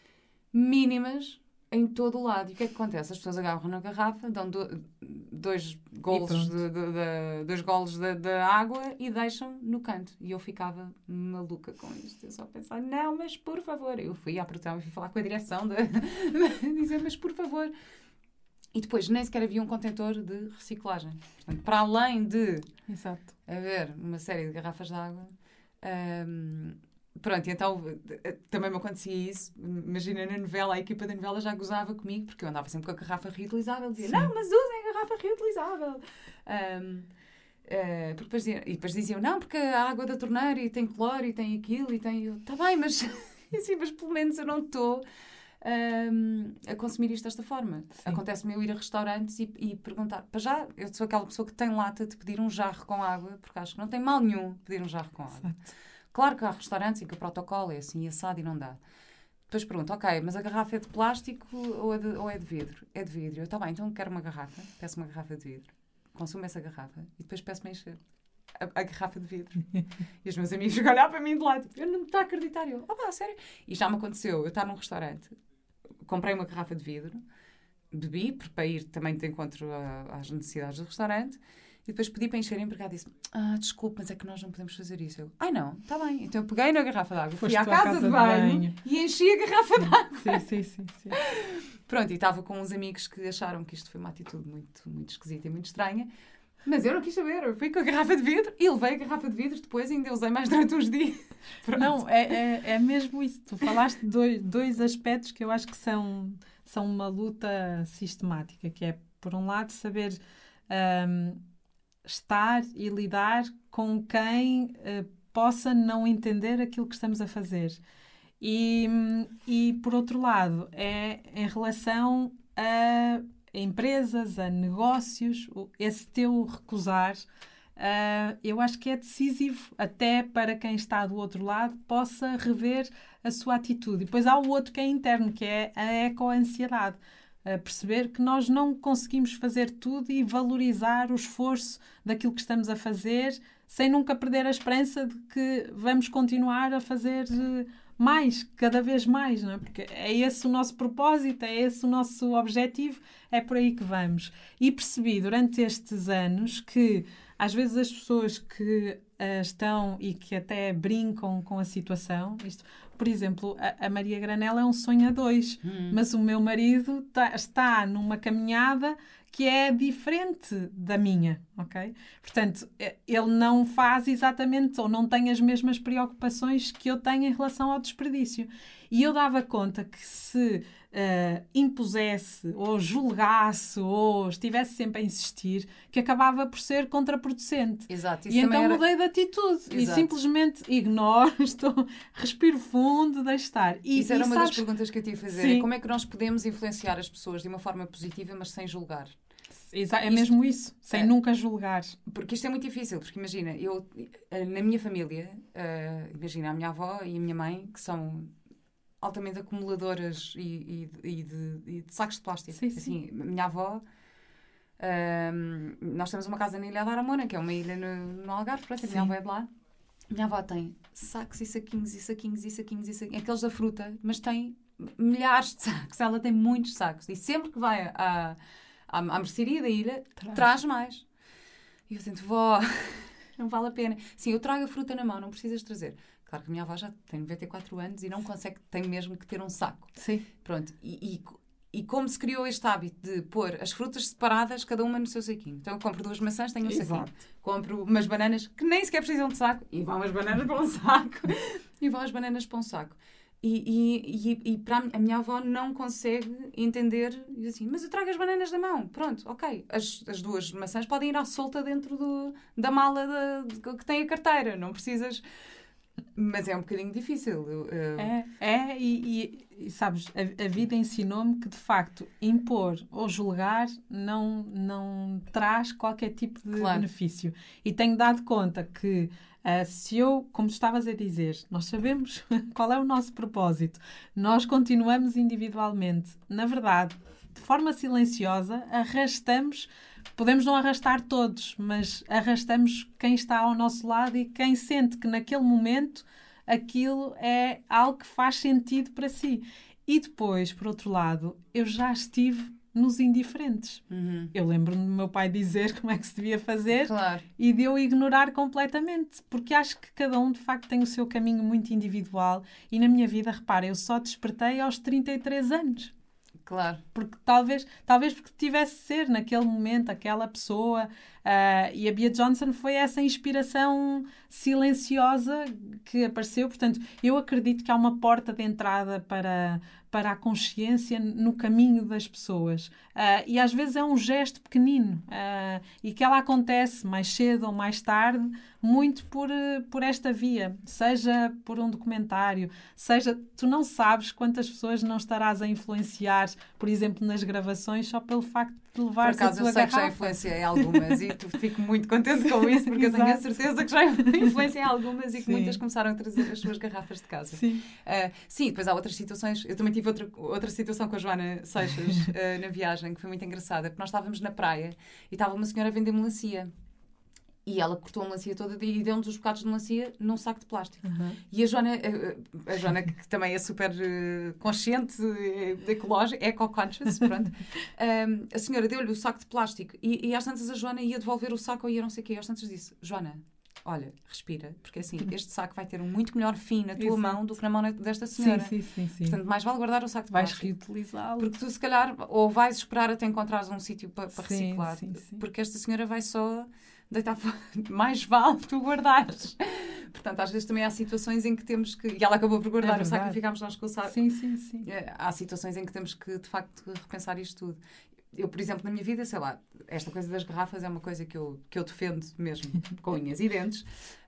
mínimas, em todo o lado. E o que é que acontece? As pessoas agarram na garrafa, dão do, dois golos, de, de, de, dois golos de, de água e deixam no canto. E eu ficava maluca com isto. Eu só pensava, não, mas por favor. Eu fui à produção e fui falar com a direção, de, de dizer, mas por favor. E depois nem sequer havia um contentor de reciclagem. Portanto, para além de Exato. haver uma série de garrafas de água... Um, Pronto, então também me acontecia isso. Imagina, na novela, a equipa da novela já gozava comigo, porque eu andava sempre com a garrafa reutilizável. Dizia, Sim. não, mas usem a garrafa reutilizável. Um, uh, porque depois diziam, e depois diziam, não, porque a água da torneira e tem cloro e tem aquilo e tem... Está bem, mas, assim, mas pelo menos eu não estou um, a consumir isto desta forma. Sim. Acontece-me eu ir a restaurantes e, e perguntar. Para já, eu sou aquela pessoa que tem lata de pedir um jarro com água, porque acho que não tem mal nenhum pedir um jarro com água. Exato. Claro que há restaurantes em que o protocolo é assim, assado e não dá. Depois pergunto, ok, mas a garrafa é de plástico ou é de, ou é de vidro? É de vidro. Está bem, então quero uma garrafa. Peço uma garrafa de vidro. Consumo essa garrafa e depois peço-me encher a, a garrafa de vidro. E os meus amigos ficam a olhar para mim de lado. Eu não me estou a acreditar. Eu, oh, pá, sério? E já me aconteceu. Eu estar num restaurante, comprei uma garrafa de vidro, bebi, para ir também de encontro a, às necessidades do restaurante. E depois pedi para encher e a empregada disse, ah, desculpe, mas é que nós não podemos fazer isso. Eu, ai não, está bem. Então eu peguei na garrafa de água, fui à casa, casa de, banho de banho e enchi a garrafa de água. Sim, sim, sim, sim. Pronto, e estava com uns amigos que acharam que isto foi uma atitude muito, muito esquisita e muito estranha. Mas eu não quis saber. Eu fui com a garrafa de vidro e levei a garrafa de vidro depois e ainda usei mais durante uns dias. Pronto. Não, é, é, é mesmo isso. Tu falaste de dois, dois aspectos que eu acho que são, são uma luta sistemática, que é, por um lado, saber... Um, estar e lidar com quem uh, possa não entender aquilo que estamos a fazer. E, e, por outro lado, é em relação a empresas, a negócios, esse teu recusar, uh, eu acho que é decisivo, até para quem está do outro lado possa rever a sua atitude. E depois há o outro que é interno, que é a eco-ansiedade. A perceber que nós não conseguimos fazer tudo e valorizar o esforço daquilo que estamos a fazer sem nunca perder a esperança de que vamos continuar a fazer mais, cada vez mais, não é? Porque é esse o nosso propósito, é esse o nosso objetivo, é por aí que vamos. E percebi durante estes anos que às vezes as pessoas que uh, estão e que até brincam com a situação, isto, por exemplo, a, a Maria Granella é um sonho a dois, hum. mas o meu marido tá, está numa caminhada que é diferente da minha, ok? Portanto, ele não faz exatamente, ou não tem as mesmas preocupações que eu tenho em relação ao desperdício. E eu dava conta que se uh, impusesse, ou julgasse, ou estivesse sempre a insistir, que acabava por ser contraproducente. Exato. E então era... mudei de atitude. Exato. E simplesmente ignoro, estou, respiro fundo, deixo estar. E, Isso era e uma sabes... das perguntas que eu te ia fazer. É como é que nós podemos influenciar as pessoas de uma forma positiva, mas sem julgar? Exa- é isto, mesmo isso, sem é, nunca julgar. Porque isto é muito difícil, porque imagina, eu, na minha família, uh, imagina a minha avó e a minha mãe, que são altamente acumuladoras e, e, e, de, e de sacos de plástico. Sim, assim, sim. Minha avó, uh, nós temos uma casa na Ilha da Aramona, que é uma ilha no, no Algarve, pronto, a minha avó é de lá. Minha avó tem sacos e saquinhos e saquinhos e saquinhos e saquinhos, aqueles da fruta, mas tem milhares de sacos, ela tem muitos sacos. E sempre que vai a... à, à mercearia da ilha, Traz. traz mais. E eu sinto, vó, não vale a pena. Sim, eu trago a fruta na mão, não precisas trazer. Claro que a minha avó já tem noventa e quatro anos e não consegue, tem mesmo que ter um saco. Sim. Pronto, e, e, e como se criou este hábito de pôr as frutas separadas, cada uma no seu saquinho. Então eu compro duas maçãs, tenho um Exato. saquinho. Compro umas bananas que nem sequer precisam de saco e vão as bananas para um saco. E vão as bananas para um saco. E, e, e, e para a minha avó não consegue entender, e diz assim, mas eu trago as bananas da mão, pronto, ok. As, as duas maçãs podem ir à solta dentro do, da mala da, que tem a carteira, não precisas... Mas é um bocadinho difícil. Eu, eu... É, é e, e, e sabes, a, a vida ensinou-me que de facto impor ou julgar não, não traz qualquer tipo de Claro. benefício. E tenho dado conta que uh, se eu, como estavas a dizer, nós sabemos qual é o nosso propósito, nós continuamos individualmente, na verdade, de forma silenciosa, arrastamos. Podemos não arrastar todos, mas arrastamos quem está ao nosso lado e quem sente que naquele momento aquilo é algo que faz sentido para si. E depois, por outro lado, eu já estive nos indiferentes. Uhum. Eu lembro-me do meu pai dizer como é que se devia fazer, Claro. e de eu ignorar completamente, porque acho que cada um de facto tem o seu caminho muito individual e na minha vida, repara, eu só despertei aos trinta e três anos. Claro. Porque talvez, talvez porque tivesse de ser naquele momento aquela pessoa, uh, e a Bea Johnson foi essa inspiração silenciosa que apareceu. Portanto, eu acredito que há uma porta de entrada para, para a consciência no caminho das pessoas. Uh, e às vezes é um gesto pequenino, uh, e que ela acontece mais cedo ou mais tarde, muito por, por esta via, seja por um documentário, seja, tu não sabes quantas pessoas não estarás a influenciar, por exemplo, nas gravações, só pelo facto de levares a tua garrafa. Por acaso, eu sei que já influenciei algumas e tu fico muito contente com isso, porque eu tenho a certeza que já influenciei algumas e que Sim. muitas começaram a trazer as suas garrafas de casa. Sim. Uh, sim, depois há outras situações. Eu também tive outra, outra situação com a Joana Seixas uh, na viagem, que foi muito engraçada, porque nós estávamos na praia e estava uma senhora a vender melancia. E ela cortou a melancia toda e deu-nos os bocados de melancia num saco de plástico. Uhum. E a Joana, a, a Joana, que também é super uh, consciente, uh, ecológica, eco-conscious, pronto, um, a senhora deu-lhe o saco de plástico e, e às tantas a Joana ia devolver o saco ou ia não sei o quê. E às tantas disse, Joana, olha, respira, porque assim, este saco vai ter um muito melhor fim na tua Exato. mão do que na mão desta senhora. Sim, sim, sim, sim. Portanto, mais vale guardar o saco de Vais plástico. reutilizá-lo. Porque tu, se calhar, ou vais esperar até encontrares um sítio para pa Sim, reciclar. sim, sim. Porque esta senhora vai só deitar fora. Mais vale tu guardares. Portanto, às vezes também há situações em que temos que... E ela acabou por guardar É o saco verdade. e ficámos nós com o saco. Sim, sim, sim. Há situações em que temos que, de facto, repensar isto tudo. Eu, por exemplo, na minha vida, sei lá, esta coisa das garrafas é uma coisa que eu, que eu defendo mesmo, com unhas e dentes.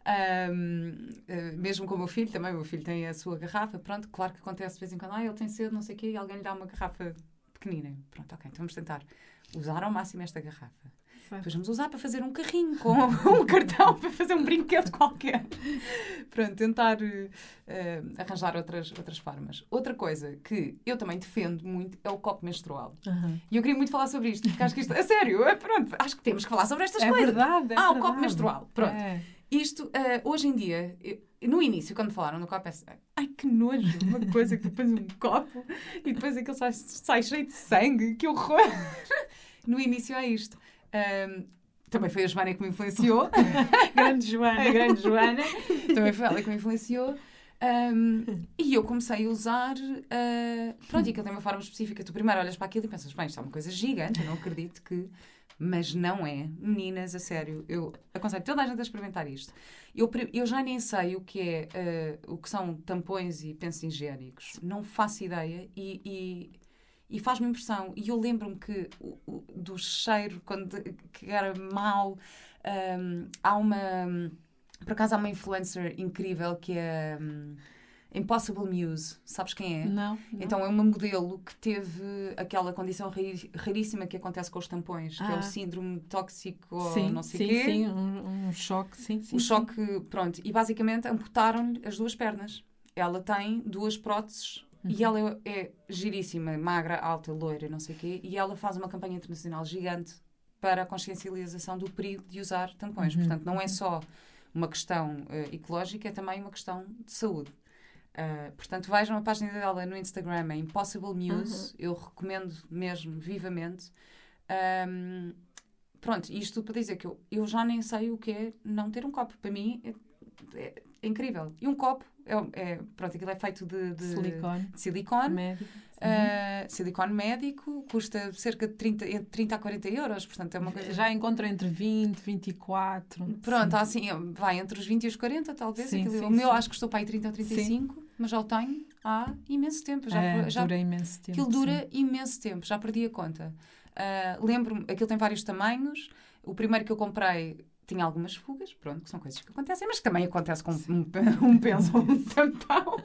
Um, uh, mesmo com o meu filho, também o meu filho tem a sua garrafa, pronto, claro que acontece de vez em quando, ah, ele tem sede, não sei o quê, e alguém lhe dá uma garrafa pequenina. Pronto, ok, então vamos tentar usar ao máximo esta garrafa. Depois vamos usar para fazer um carrinho com um cartão, para fazer um brinquedo qualquer. Pronto, tentar uh, uh, arranjar outras, outras formas. Outra coisa que eu também defendo muito é o copo menstrual. Uhum. E eu queria muito falar sobre isto, porque acho que isto... A sério, é, pronto, acho que temos que falar sobre estas é coisas. Verdade, é ah, verdade. o copo menstrual. Pronto. É. Isto, uh, hoje em dia... Eu, no início, quando falaram no copo, é assim, ai, que nojo, uma coisa que tu pões um copo e depois aquilo sai, sai cheio de sangue, que horror. No início é isto. Um, também foi a Joana que me influenciou. Grande Joana. A grande Joana. Também foi ela que me influenciou. Um, e eu comecei a usar... Uh, pronto, e aquilo tem uma forma específica. Tu primeiro olhas para aquilo e pensas, bem, isto é uma coisa gigante, eu não acredito que... Mas não é. Meninas, a sério, eu aconselho toda a gente a experimentar isto. Eu, eu já nem sei o que é, uh, o que são tampões e pensos higiênicos. Não faço ideia e, e, e faz-me impressão. E eu lembro-me que o, o, do cheiro, quando, que era mau. Um, há uma... Por acaso há uma influencer incrível que é... Um, Impossible Muse, sabes quem é? Não, não. Então é uma modelo que teve aquela condição raríssima que acontece com os tampões, ah. que é o síndrome tóxico sim, ou não sei sim, quê. Sim, um, um choque, sim, sim. O sim. choque, pronto. E basicamente amputaram-lhe as duas pernas. Ela tem duas próteses uhum. e ela é, é giríssima, magra, alta, loira, não sei o quê. E ela faz uma campanha internacional gigante para a consciencialização do perigo de usar tampões. Uhum. Portanto, não é só uma questão uh, ecológica, é também uma questão de saúde. Uh, portanto, vejam a página dela no Instagram, é Impossible Muse. Uhum. Eu recomendo mesmo, vivamente. Um, pronto, isto tudo para dizer que eu, eu já nem sei o que é não ter um copo. Para mim é, é, é incrível. E um copo, é, é, pronto, aquilo é feito de, de silicone. De silicone. Médico. Uh, silicone médico, custa cerca de trinta, entre trinta a quarenta euros, portanto é uma coisa... Já encontro entre vinte, vinte e quatro. Pronto, assim, vai entre os vinte e os quarenta, talvez. Sim, sim, o meu sim. acho que estou para aí trinta ou trinta e cinco, sim. Mas já o tenho há imenso tempo. Já, é, já, dura imenso tempo. Aquilo dura sim. imenso tempo, já perdi a conta. Uh, lembro-me, aquilo tem vários tamanhos. O primeiro que eu comprei tinha algumas fugas, pronto, que são coisas que acontecem, mas que também acontece com um, um penso ou um tampão.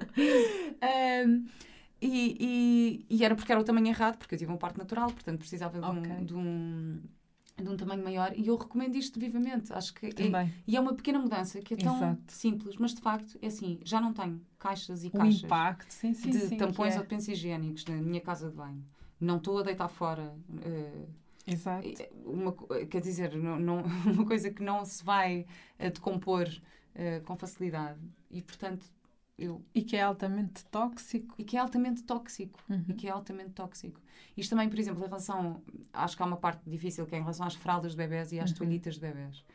Um, E, e, e era porque era o tamanho errado, porque eu tive um parto natural, portanto precisava de um, okay. de, um, de um tamanho maior. E eu recomendo isto vivamente. Acho que Também. É, e é uma pequena mudança que é tão Exato. simples, mas de facto é assim, já não tenho caixas e o caixas impacto, sim, sim, de sim, tampões é. ou de pensos higiênicos na minha casa de banho. Não estou a deitar fora. Uh, Exato. Uma, quer dizer, não, não, uma coisa que não se vai uh, decompor uh, com facilidade. E portanto. Eu... E que é altamente tóxico. E que é altamente tóxico. Uhum. E que é altamente tóxico. Isto também, por exemplo, em relação... Acho que há uma parte difícil que é em relação às fraldas de bebés e às uhum. toalhitas de bebés.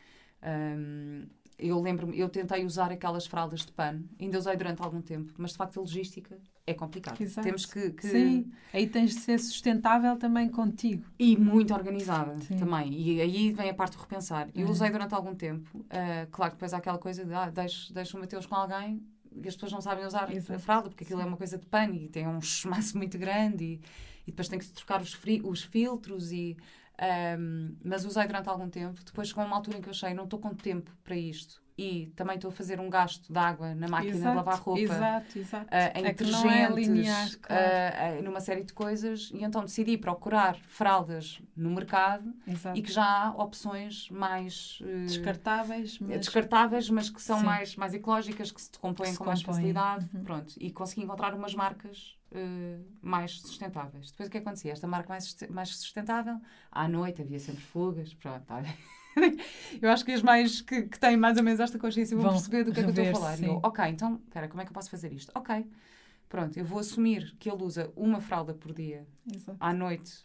Um, eu lembro-me... Eu tentei usar aquelas fraldas de pano. Ainda usei durante algum tempo. Mas, de facto, a logística é complicada. Exato. Temos que, que... Sim. Aí tens de ser sustentável também contigo. E muito organizada Sim. também. E aí vem a parte de repensar. Eu uhum. usei durante algum tempo. Uh, claro que depois há aquela coisa de... Ah, deixo, deixo o Mateus com alguém... E as pessoas não sabem usar Exato. A fralda, porque aquilo Sim. é uma coisa de pano e tem um chumaço muito grande e, e depois tem que se trocar os, fri, os filtros. E, um, mas usei durante algum tempo. Depois, com uma altura em que eu achei, não estou com tempo para isto. E também estou a fazer um gasto de água na máquina exato, de lavar roupa. Exato, exato. Uh, em é detergentes, não é linear, claro. uh, uh, numa série de coisas. E então decidi procurar fraldas no mercado exato. E que já há opções mais... Uh, descartáveis. Mas... Descartáveis, mas que são mais, mais ecológicas, que se decompõem com mais facilidade. Uhum. Pronto. E consegui encontrar umas marcas uh, mais sustentáveis. Depois o que acontecia? Esta marca mais, mais sustentável, à noite havia sempre fugas. Pronto, tá bem. Eu acho que as mais que, que têm mais ou menos esta consciência vão, vão perceber do que é que eu estou a falar. E eu, ok, então, espera, como é que eu posso fazer isto? Ok, pronto, eu vou assumir que ele usa uma fralda por dia, Exato. À noite.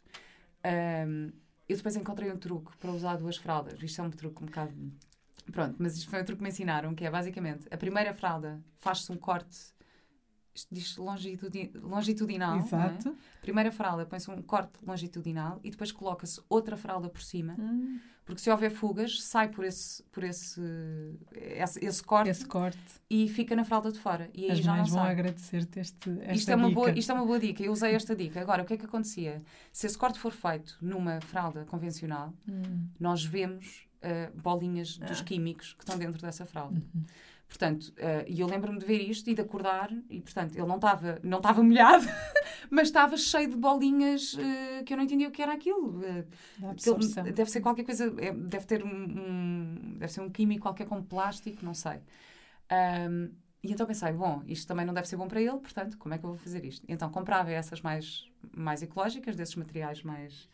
Um, eu depois encontrei um truque para usar duas fraldas. Isto é um truque um bocado... Pronto, mas isto foi um truque que me ensinaram, que é basicamente, a primeira fralda faz-se um corte... Isto diz longitudinal. longitudinal Exato. Não é? Primeira fralda põe-se um corte longitudinal e depois coloca-se outra fralda por cima. Hum. Porque se houver fugas, sai por esse, por esse, esse, esse, corte, esse corte e fica na fralda de fora. E aí As já mães não vão sai. agradecer-te este, esta isto é uma dica. Boa, isto é uma boa dica. Eu usei esta dica. Agora, o que é que acontecia? Se esse corte for feito numa fralda convencional, hum. nós vemos uh, bolinhas ah. dos químicos que estão dentro dessa fralda. Uhum. Portanto, uh, e eu lembro-me de ver isto e de acordar, e portanto, ele não estava não estava molhado, mas estava cheio de bolinhas uh, que eu não entendia o que era aquilo. Uh, aquilo deve ser qualquer coisa, é, deve ter um, um, deve ser um químico qualquer com plástico, não sei. Um, e então pensei, bom, isto também não deve ser bom para ele, portanto, como é que eu vou fazer isto? Então comprava essas mais, mais ecológicas, desses materiais mais...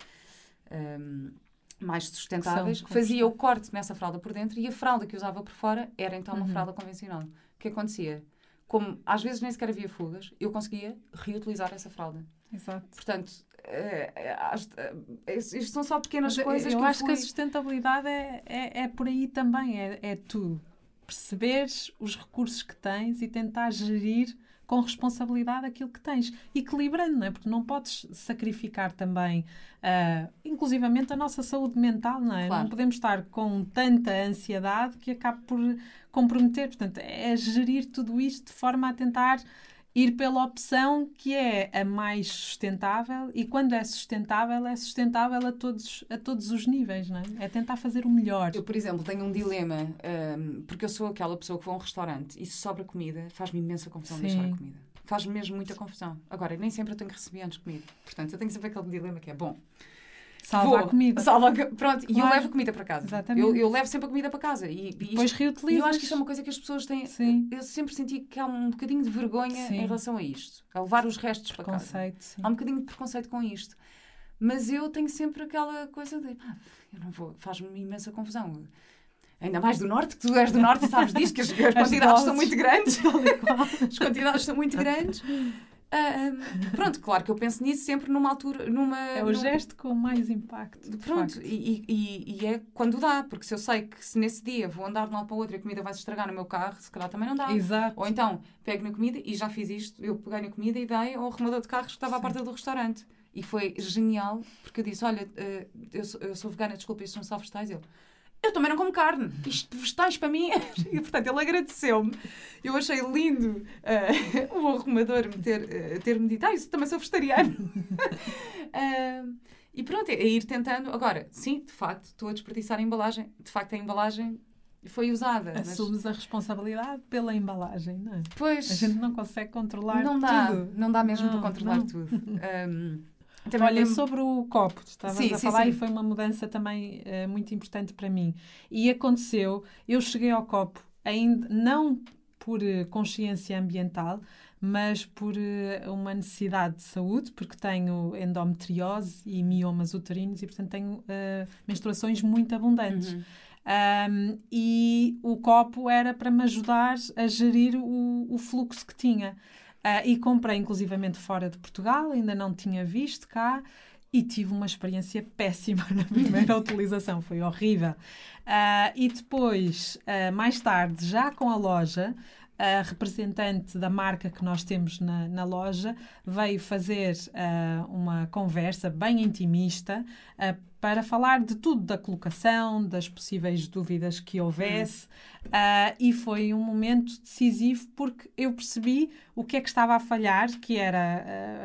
Um, mais sustentáveis, que fazia o corte nessa fralda por dentro e a fralda que usava por fora era então uma uhum. fralda convencional. O que acontecia? Como às vezes nem sequer havia fugas, eu conseguia reutilizar essa fralda. Exato. Portanto, é, é, é, isto são só pequenas Mas coisas eu que eu acho fui... que a sustentabilidade é, é, é por aí também, é, é tu perceberes os recursos que tens e tentar gerir com responsabilidade aquilo que tens, equilibrando, não é? Porque não podes sacrificar também, uh, inclusivamente, a nossa saúde mental, não é? Claro. Não podemos estar com tanta ansiedade que acabe por comprometer. Portanto, é gerir tudo isto de forma a tentar ir pela opção que é a mais sustentável e quando é sustentável, é sustentável a todos, a todos os níveis, não é? É tentar fazer o melhor. Eu, por exemplo, tenho um dilema, um, porque eu sou aquela pessoa que vai a um restaurante e se sobra comida, faz-me imensa confusão Sim. deixar a comida. Faz-me mesmo muita confusão. Agora, nem sempre eu tenho recipientes de comida. Portanto, eu tenho sempre aquele dilema que é, bom... Salva Vou, a comida. Salva a, pronto, claro. E eu levo a comida para casa. Exatamente. Eu, eu levo sempre a comida para casa. E, e depois reutilizas. E eu acho que isto é uma coisa que as pessoas têm... Sim. Eu sempre senti que há um bocadinho de vergonha sim. em relação a isto. A levar os restos para casa. Sim. Há um bocadinho de preconceito com isto. Mas eu tenho sempre aquela coisa de... Pá, eu não vou... Faz-me imensa confusão. Ainda mais do Norte, que tu és do Norte e sabes disto, que as, as quantidades são muito grandes. As quantidades são muito grandes. Uh, pronto, claro que eu penso nisso sempre numa altura... Numa, é o num... gesto com mais impacto. Pronto, e, e, e é quando dá, porque se eu sei que se nesse dia vou andar de um lado para o outro e a comida vai se estragar no meu carro, se calhar também não dá. Exato. Ou então, pego na comida, e já fiz isto, eu peguei na comida e dei ao arrumador de carros que estava Sim. à porta do restaurante. E foi genial, porque eu disse, olha, uh, eu, sou, eu sou vegana, desculpa, isto são só vegetais. Ele, eu também não como carne, isto vegetais para mim. E, portanto, ele agradeceu-me. Eu achei lindo uh, o arrumador me ter, uh, ter-me dito, ah, isso também sou vegetariano. uh, e pronto, é ir tentando. Agora, sim, de facto, estou a desperdiçar a embalagem. De facto, a embalagem foi usada. Assumes mas... a responsabilidade pela embalagem, não é? Pois. A gente não consegue controlar não dá, tudo. Não dá mesmo não, para controlar não. tudo. Um, Também Olha, lembro... sobre o copo, estavas sim, a sim, falar sim. e foi uma mudança também uh, muito importante para mim. E aconteceu, eu cheguei ao copo ainda não por uh, consciência ambiental, mas por uh, uma necessidade de saúde, porque tenho endometriose e miomas uterinos e, portanto, tenho uh, menstruações muito abundantes. Uhum. Um, e o copo era para me ajudar a gerir o, o fluxo que tinha. Uh, e comprei inclusivamente fora de Portugal, ainda não tinha visto cá e tive uma experiência péssima na primeira utilização, foi horrível. Uh, e depois, uh, mais tarde, já com a loja, a representante da marca que nós temos na, na loja veio fazer uh, uma conversa bem intimista uh, para falar de tudo, da colocação, das possíveis dúvidas que houvesse, uh, e foi um momento decisivo porque eu percebi o que é que estava a falhar, que era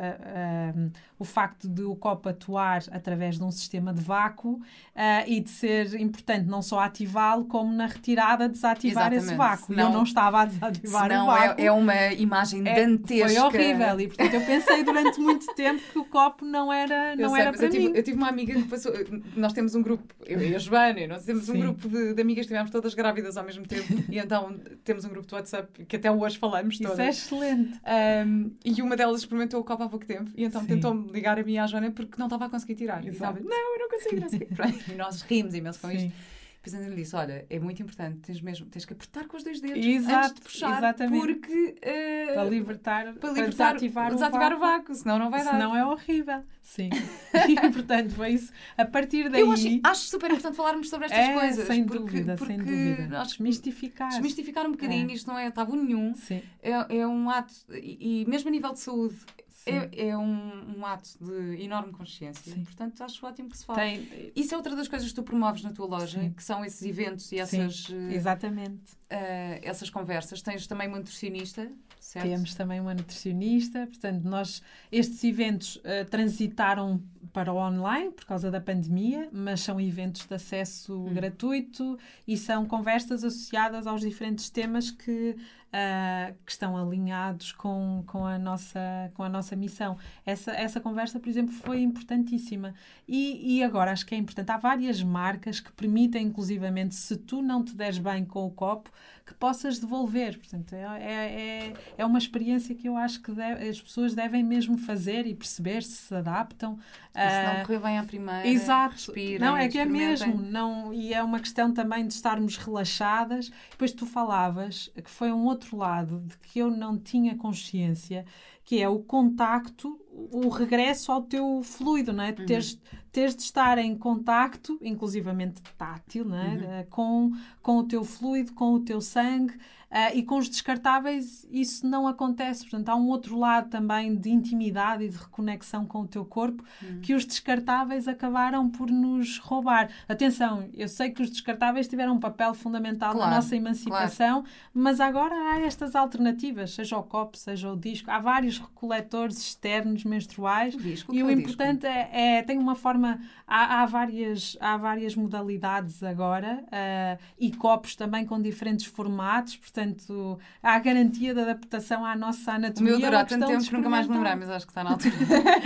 uh, uh, uh, o facto de o copo atuar através de um sistema de vácuo uh, e de ser importante não só ativá-lo, como na retirada desativar Exatamente. Esse vácuo. Senão, e eu não estava a desativar o vácuo. É, é uma imagem é, dantesca. Foi horrível e, portanto, eu pensei durante muito tempo que o copo não era, não sei, era para eu mim. Tive, eu tive uma amiga que passou... Nós temos um grupo, eu e a Joana, nós temos Sim. um grupo de, de amigas que estivemos todas grávidas ao mesmo tempo e então temos um grupo de WhatsApp que até hoje falamos todas. Isso é excelente. Um, e uma delas experimentou o copo há pouco tempo e então Sim. tentou-me ligar a mim e à Joana porque não estava a conseguir tirar. E estava, não, eu não consigo, não sei. E nós rimos imenso com Sim. isto. Depois eu lhe disse, olha, é muito importante, tens mesmo, tens que apertar com os dois dedos Exato, antes de puxar, exatamente. Porque... Uh, para libertar, para, para, libertar, desativar, o, desativar vácuo. o vácuo, senão não vai dar. Senão é horrível. Sim. E, portanto, foi isso. A partir daí... Eu acho, acho super importante falarmos sobre estas é, coisas. sem porque, dúvida, porque sem dúvida. Nós desmistificar. Desmistificar um bocadinho, é. Isto não é tabu nenhum. Sim. É, é um ato, e, e mesmo a nível de saúde, é, é um, um ato de enorme consciência. Sim. Portanto, acho ótimo que se fale. Tem... Isso é outra das coisas que tu promoves na tua loja, Sim. que são esses eventos e essas... Sim, exatamente. Uh, essas conversas. Tens também uma nutricionista, certo? Temos também uma nutricionista. Portanto, nós, estes eventos uh, transitaram para o online por causa da pandemia, mas são eventos de acesso hum. gratuito e são conversas associadas aos diferentes temas que, uh, que estão alinhados com, com, a nossa, com a nossa missão. Essa, essa conversa, por exemplo, foi importantíssima. E, e agora, acho que é importante. Há várias marcas que permitem, inclusivamente, se tu não te deres bem com o copo, que possas devolver. Portanto, é, é, é uma experiência que eu acho que deve, as pessoas devem mesmo fazer e perceber se se adaptam. E se não correr bem à primeira, Exato. respirem, não, é que é mesmo. Não, e é uma questão também de estarmos relaxadas. Depois tu falavas que foi um outro lado de que eu não tinha consciência, que é o contacto, o regresso ao teu fluido, não é? Uhum. Teres, teres de estar em contacto, inclusivamente tátil, não é? Uhum. com, com o teu fluido, com o teu sangue, uh, e com os descartáveis isso não acontece. Portanto, há um outro lado também de intimidade e de reconexão com o teu corpo, uhum. que os descartáveis acabaram por nos roubar. Atenção, eu sei que os descartáveis tiveram um papel fundamental claro, na nossa emancipação, claro. Mas agora há estas alternativas, seja o copo, seja o disco, há vários recoletores externos menstruais, o disco, e o é importante é, é, tem uma forma, há, há, várias, há várias modalidades agora, uh, e copos também com diferentes formatos, portanto, há a garantia de adaptação à nossa anatomia. O meu dura há tanto tempo que nunca mais me lembrar, mas acho que está na altura.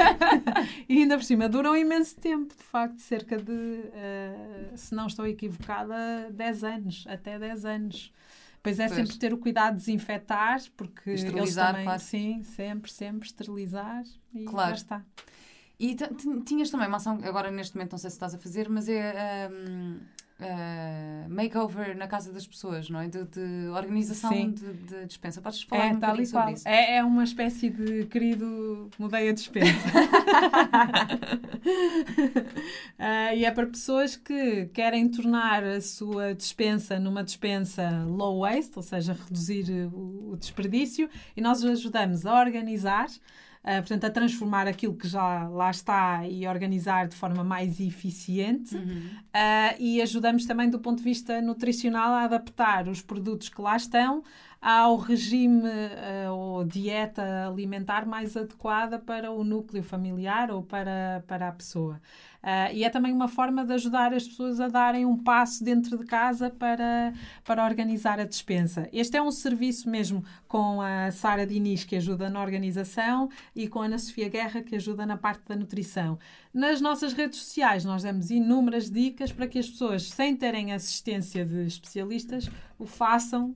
E ainda por cima, duram imenso tempo, de facto, cerca de, uh, se não estou equivocada, dez anos, até dez anos. Pois é, pois. Sempre ter o cuidado de desinfetar, porque esterilizar, eles também, claro. Sim, sempre, sempre esterilizar e claro. Já está. E tinhas também uma ação, agora neste momento não sei se estás a fazer, mas é um, uh, makeover na casa das pessoas, não é? De, de organização de, de despensa. Podes falar é, um bocadinho sobre qual. isso? É, é uma espécie de querido mudei a despensa. uh, e é para pessoas que querem tornar a sua despensa numa despensa low waste, ou seja, reduzir o, o desperdício, e nós ajudamos a organizar, Uh, portanto, a transformar aquilo que já lá está e organizar de forma mais eficiente. Uhum. Uh, e ajudamos também, do ponto de vista nutricional, a adaptar os produtos que lá estão ao regime uh, ou dieta alimentar mais adequada para o núcleo familiar ou para, para a pessoa. Uh, e é também uma forma de ajudar as pessoas a darem um passo dentro de casa para, para organizar a despensa. Este é um serviço mesmo com a Sara Diniz, que ajuda na organização, e com a Ana Sofia Guerra, que ajuda na parte da nutrição. Nas nossas redes sociais nós damos inúmeras dicas para que as pessoas, sem terem assistência de especialistas, o façam uh,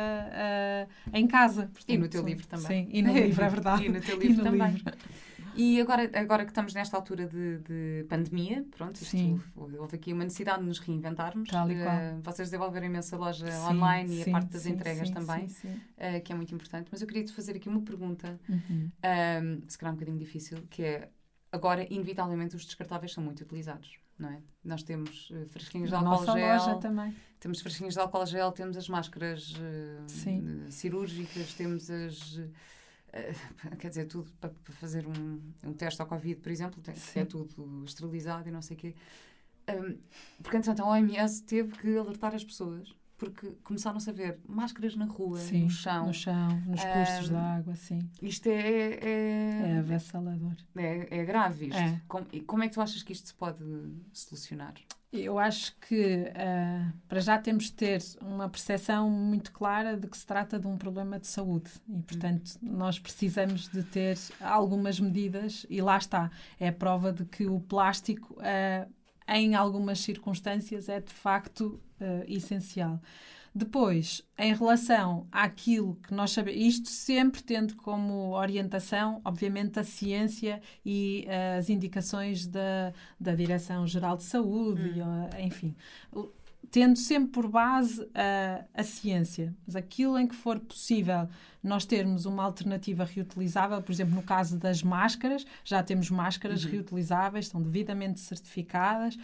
uh, em casa. Portanto, e no teu livro também. Sim, e no livro, é verdade. E no teu livro no também. Livro. E agora, agora que estamos nesta altura de, de pandemia, pronto, isto, sim. houve aqui uma necessidade de nos reinventarmos. Tal e qual. Uh, vocês desenvolveram imensa loja sim, online e sim, a parte das sim, entregas sim, também, sim, sim. Uh, que é muito importante. Mas eu queria te fazer aqui uma pergunta, uhum. um, se calhar um bocadinho difícil, que é, agora, inevitavelmente, os descartáveis são muito utilizados, não é? Nós temos uh, frasquinhos de álcool gel. Nossa loja também. Temos frasquinhos de álcool gel, temos as máscaras uh, cirúrgicas, temos as... Uh, quer dizer, tudo para, para fazer um, um teste ao Covid, por exemplo, tem, é tudo esterilizado e não sei o quê. Um, porque, entretanto, a O M S teve que alertar as pessoas, porque começaram-se a ver máscaras na rua, sim, no chão. no chão, nos um, cursos de água, sim. Isto é... É, é avassalador. É, é grave isto. É. Como, e como é que tu achas que isto se pode solucionar? Eu acho que, uh, para já, temos de ter uma percepção muito clara de que se trata de um problema de saúde. E, portanto, hum. nós precisamos de ter algumas medidas, e lá está. É a prova de que o plástico, uh, em algumas circunstâncias, é de facto uh, essencial. Depois, em relação àquilo que nós sabemos, isto sempre tendo como orientação, obviamente, a ciência e uh, as indicações da, da Direção-Geral de Saúde, hum. e, uh, enfim, tendo sempre por base uh, a ciência. Mas aquilo em que for possível nós termos uma alternativa reutilizável, por exemplo, no caso das máscaras, já temos máscaras uhum. reutilizáveis, estão devidamente certificadas uh,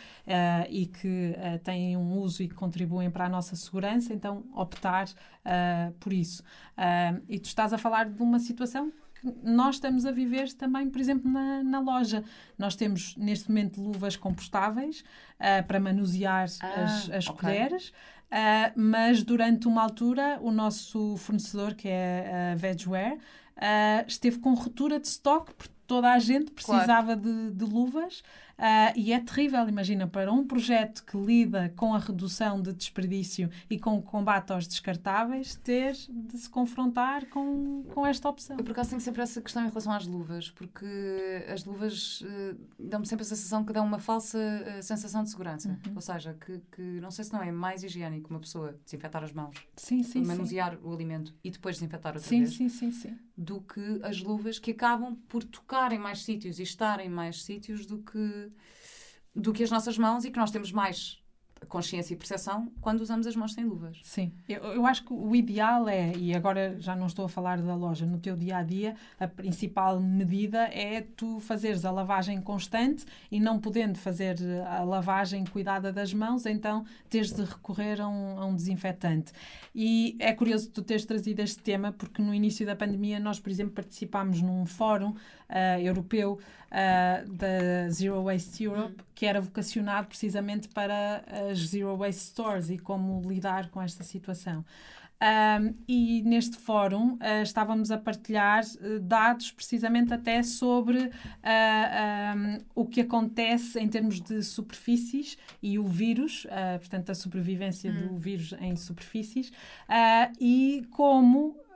e que uh, têm um uso e que contribuem para a nossa segurança, então optar uh, por isso. Uh, e tu estás a falar de uma situação que nós estamos a viver também, por exemplo, na, na loja. Nós temos, neste momento, luvas compostáveis uh, para manusear ah, as, as okay. colheres. Uh, mas durante uma altura o nosso fornecedor, que é a Vegware, uh, esteve com ruptura de stock porque toda a gente precisava claro. de, de luvas uh, e é terrível, imagina, para um projeto que lida com a redução de desperdício e com o combate aos descartáveis, ter de se confrontar com, com esta opção. Eu por acaso tenho sempre essa questão em relação às luvas, porque as luvas uh, dão-me sempre a sensação que dão uma falsa uh, sensação de segurança, uhum. ou seja, que, que não sei se não é mais higiênico uma pessoa desinfetar as mãos, sim, sim, manusear sim. o alimento e depois desinfetar outra sim, vez, sim, sim, sim. do que as luvas que acabam por tocar em mais sítios e estar em mais sítios do que, do que as nossas mãos, e que nós temos mais consciência e percepção quando usamos as mãos sem luvas. Sim, eu, eu acho que o ideal é, e agora já não estou a falar da loja, no teu dia-a-dia, a principal medida é tu fazeres a lavagem constante e não podendo fazer a lavagem cuidada das mãos, então teres de recorrer a um, a um desinfetante. E é curioso tu teres trazido este tema, porque no início da pandemia nós, por exemplo, participámos num fórum uh, europeu uh, da Zero Waste Europe, hum. que era vocacionado precisamente para as Zero Waste Stores e como lidar com esta situação. Um, e neste fórum uh, estávamos a partilhar uh, dados precisamente até sobre uh, um, o que acontece em termos de superfícies e o vírus, uh, portanto a sobrevivência hum. do vírus em superfícies, uh, e como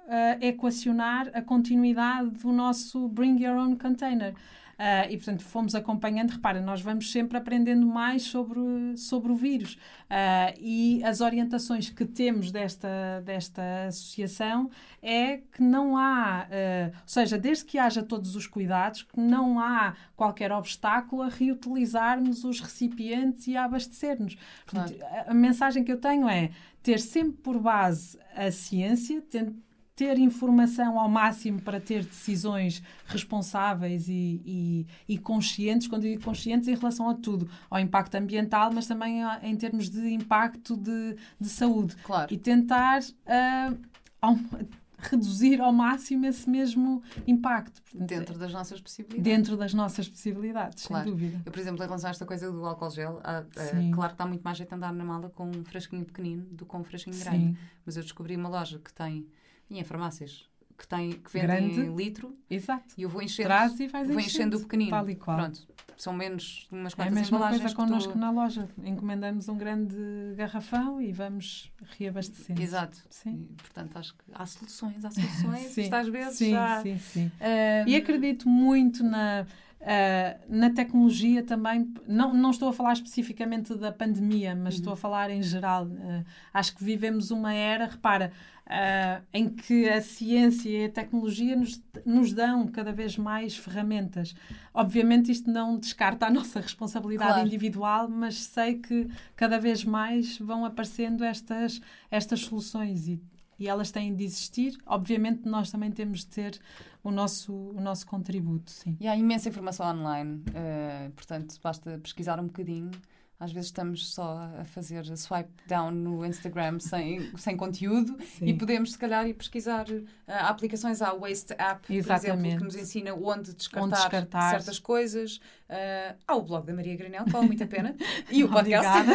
uh, equacionar a continuidade do nosso Bring Your Own Container. Uh, e, portanto, fomos acompanhando. Repara, nós vamos sempre aprendendo mais sobre, sobre o vírus. Uh, e as orientações que temos desta, desta associação é que não há, uh, ou seja, desde que haja todos os cuidados, que não há qualquer obstáculo a reutilizarmos os recipientes e a abastecer-nos. Claro. Portanto, a, a mensagem que eu tenho é ter sempre por base a ciência, ter, ter informação ao máximo para ter decisões responsáveis e, e, e conscientes, quando digo conscientes, em relação a tudo, ao impacto ambiental, mas também a, em termos de impacto de, de saúde. Claro. E tentar uh, ao, reduzir ao máximo esse mesmo impacto. Dentro das nossas possibilidades. Dentro das nossas possibilidades, claro. Sem dúvida. Eu, por exemplo, em relação a esta coisa do álcool gel, há, uh, claro que dá muito mais jeito andar na mala com um frasquinho pequenino do que com um frasquinho grande. Sim. Mas eu descobri uma loja que tem, e em farmácias, que, tem, que Grande. vendem em litro. Exato. E eu vou enchendo, Traz e vais vou enchendo, enchendo o pequenino. Tal e qual. Pronto. São menos umas É a quantas mesma embalagens. coisa connosco tu... na loja. Encomendamos um grande garrafão e vamos reabastecendo. Exato. Sim. E, portanto, acho que há soluções, há soluções. sim. Isto às vezes sim, já... Sim, sim, Uh... E acredito muito na... Uh, na tecnologia também, não, não estou a falar especificamente da pandemia, mas uhum. estou a falar em geral. Uh, acho que vivemos uma era, repara, uh, em que a ciência e a tecnologia nos, nos dão cada vez mais ferramentas. Obviamente isto não descarta a nossa responsabilidade claro. individual, mas sei que cada vez mais vão aparecendo estas, estas soluções e E elas têm de existir. Obviamente, nós também temos de ter o nosso, o nosso contributo, sim. E há imensa informação online. Uh, portanto, basta pesquisar um bocadinho. Às vezes estamos só a fazer swipe down no Instagram sem, sem conteúdo. Sim. E podemos, se calhar, ir pesquisar uh, aplicações. Há a Waste App, Exatamente. por exemplo, que nos ensina onde descartar, onde descartar. certas coisas. Uh, há o blog da Maria Granel, que vale muito a pena. E o podcast.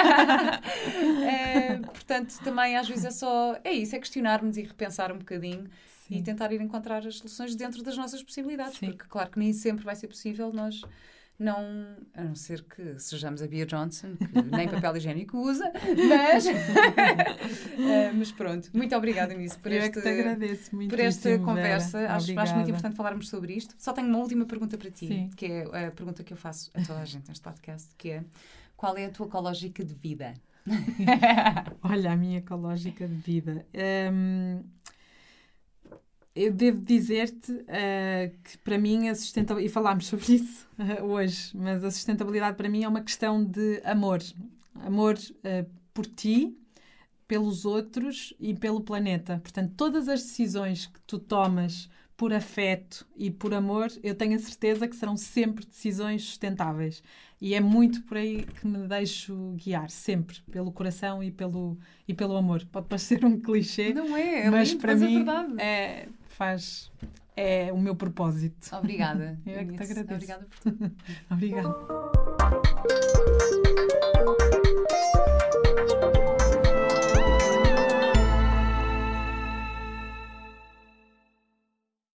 uh, portanto, também às vezes é só... É isso, é questionarmos e repensar um bocadinho. Sim. E tentar ir encontrar as soluções dentro das nossas possibilidades. Sim. Porque, claro, que nem sempre vai ser possível nós... Não, a não ser que sejamos a Bea Johnson, que nem papel higiênico usa, mas, uh, mas pronto. Muito obrigada, Eunice, por, Eu este, é que te agradeço por esta conversa. Acho, acho muito importante falarmos sobre isto. Só tenho uma última pergunta para ti, Sim. que é a pergunta que eu faço a toda a gente neste podcast, que é: qual é a tua ecológica de vida? Olha, a minha ecológica de vida... Um... Eu devo dizer-te uh, que, para mim, a sustentabilidade... E falámos sobre isso uh, hoje, mas a sustentabilidade, para mim, é uma questão de amor. Amor uh, por ti, pelos outros e pelo planeta. Portanto, todas as decisões que tu tomas por afeto e por amor, eu tenho a certeza que serão sempre decisões sustentáveis. E é muito por aí que me deixo guiar, sempre, pelo coração e pelo, e pelo amor. Pode parecer um clichê, não é, é mas lindo, para mas mim é verdade. É, faz, é o meu propósito. Obrigada. Eu é que te agradeço. Obrigada por tudo. Obrigada.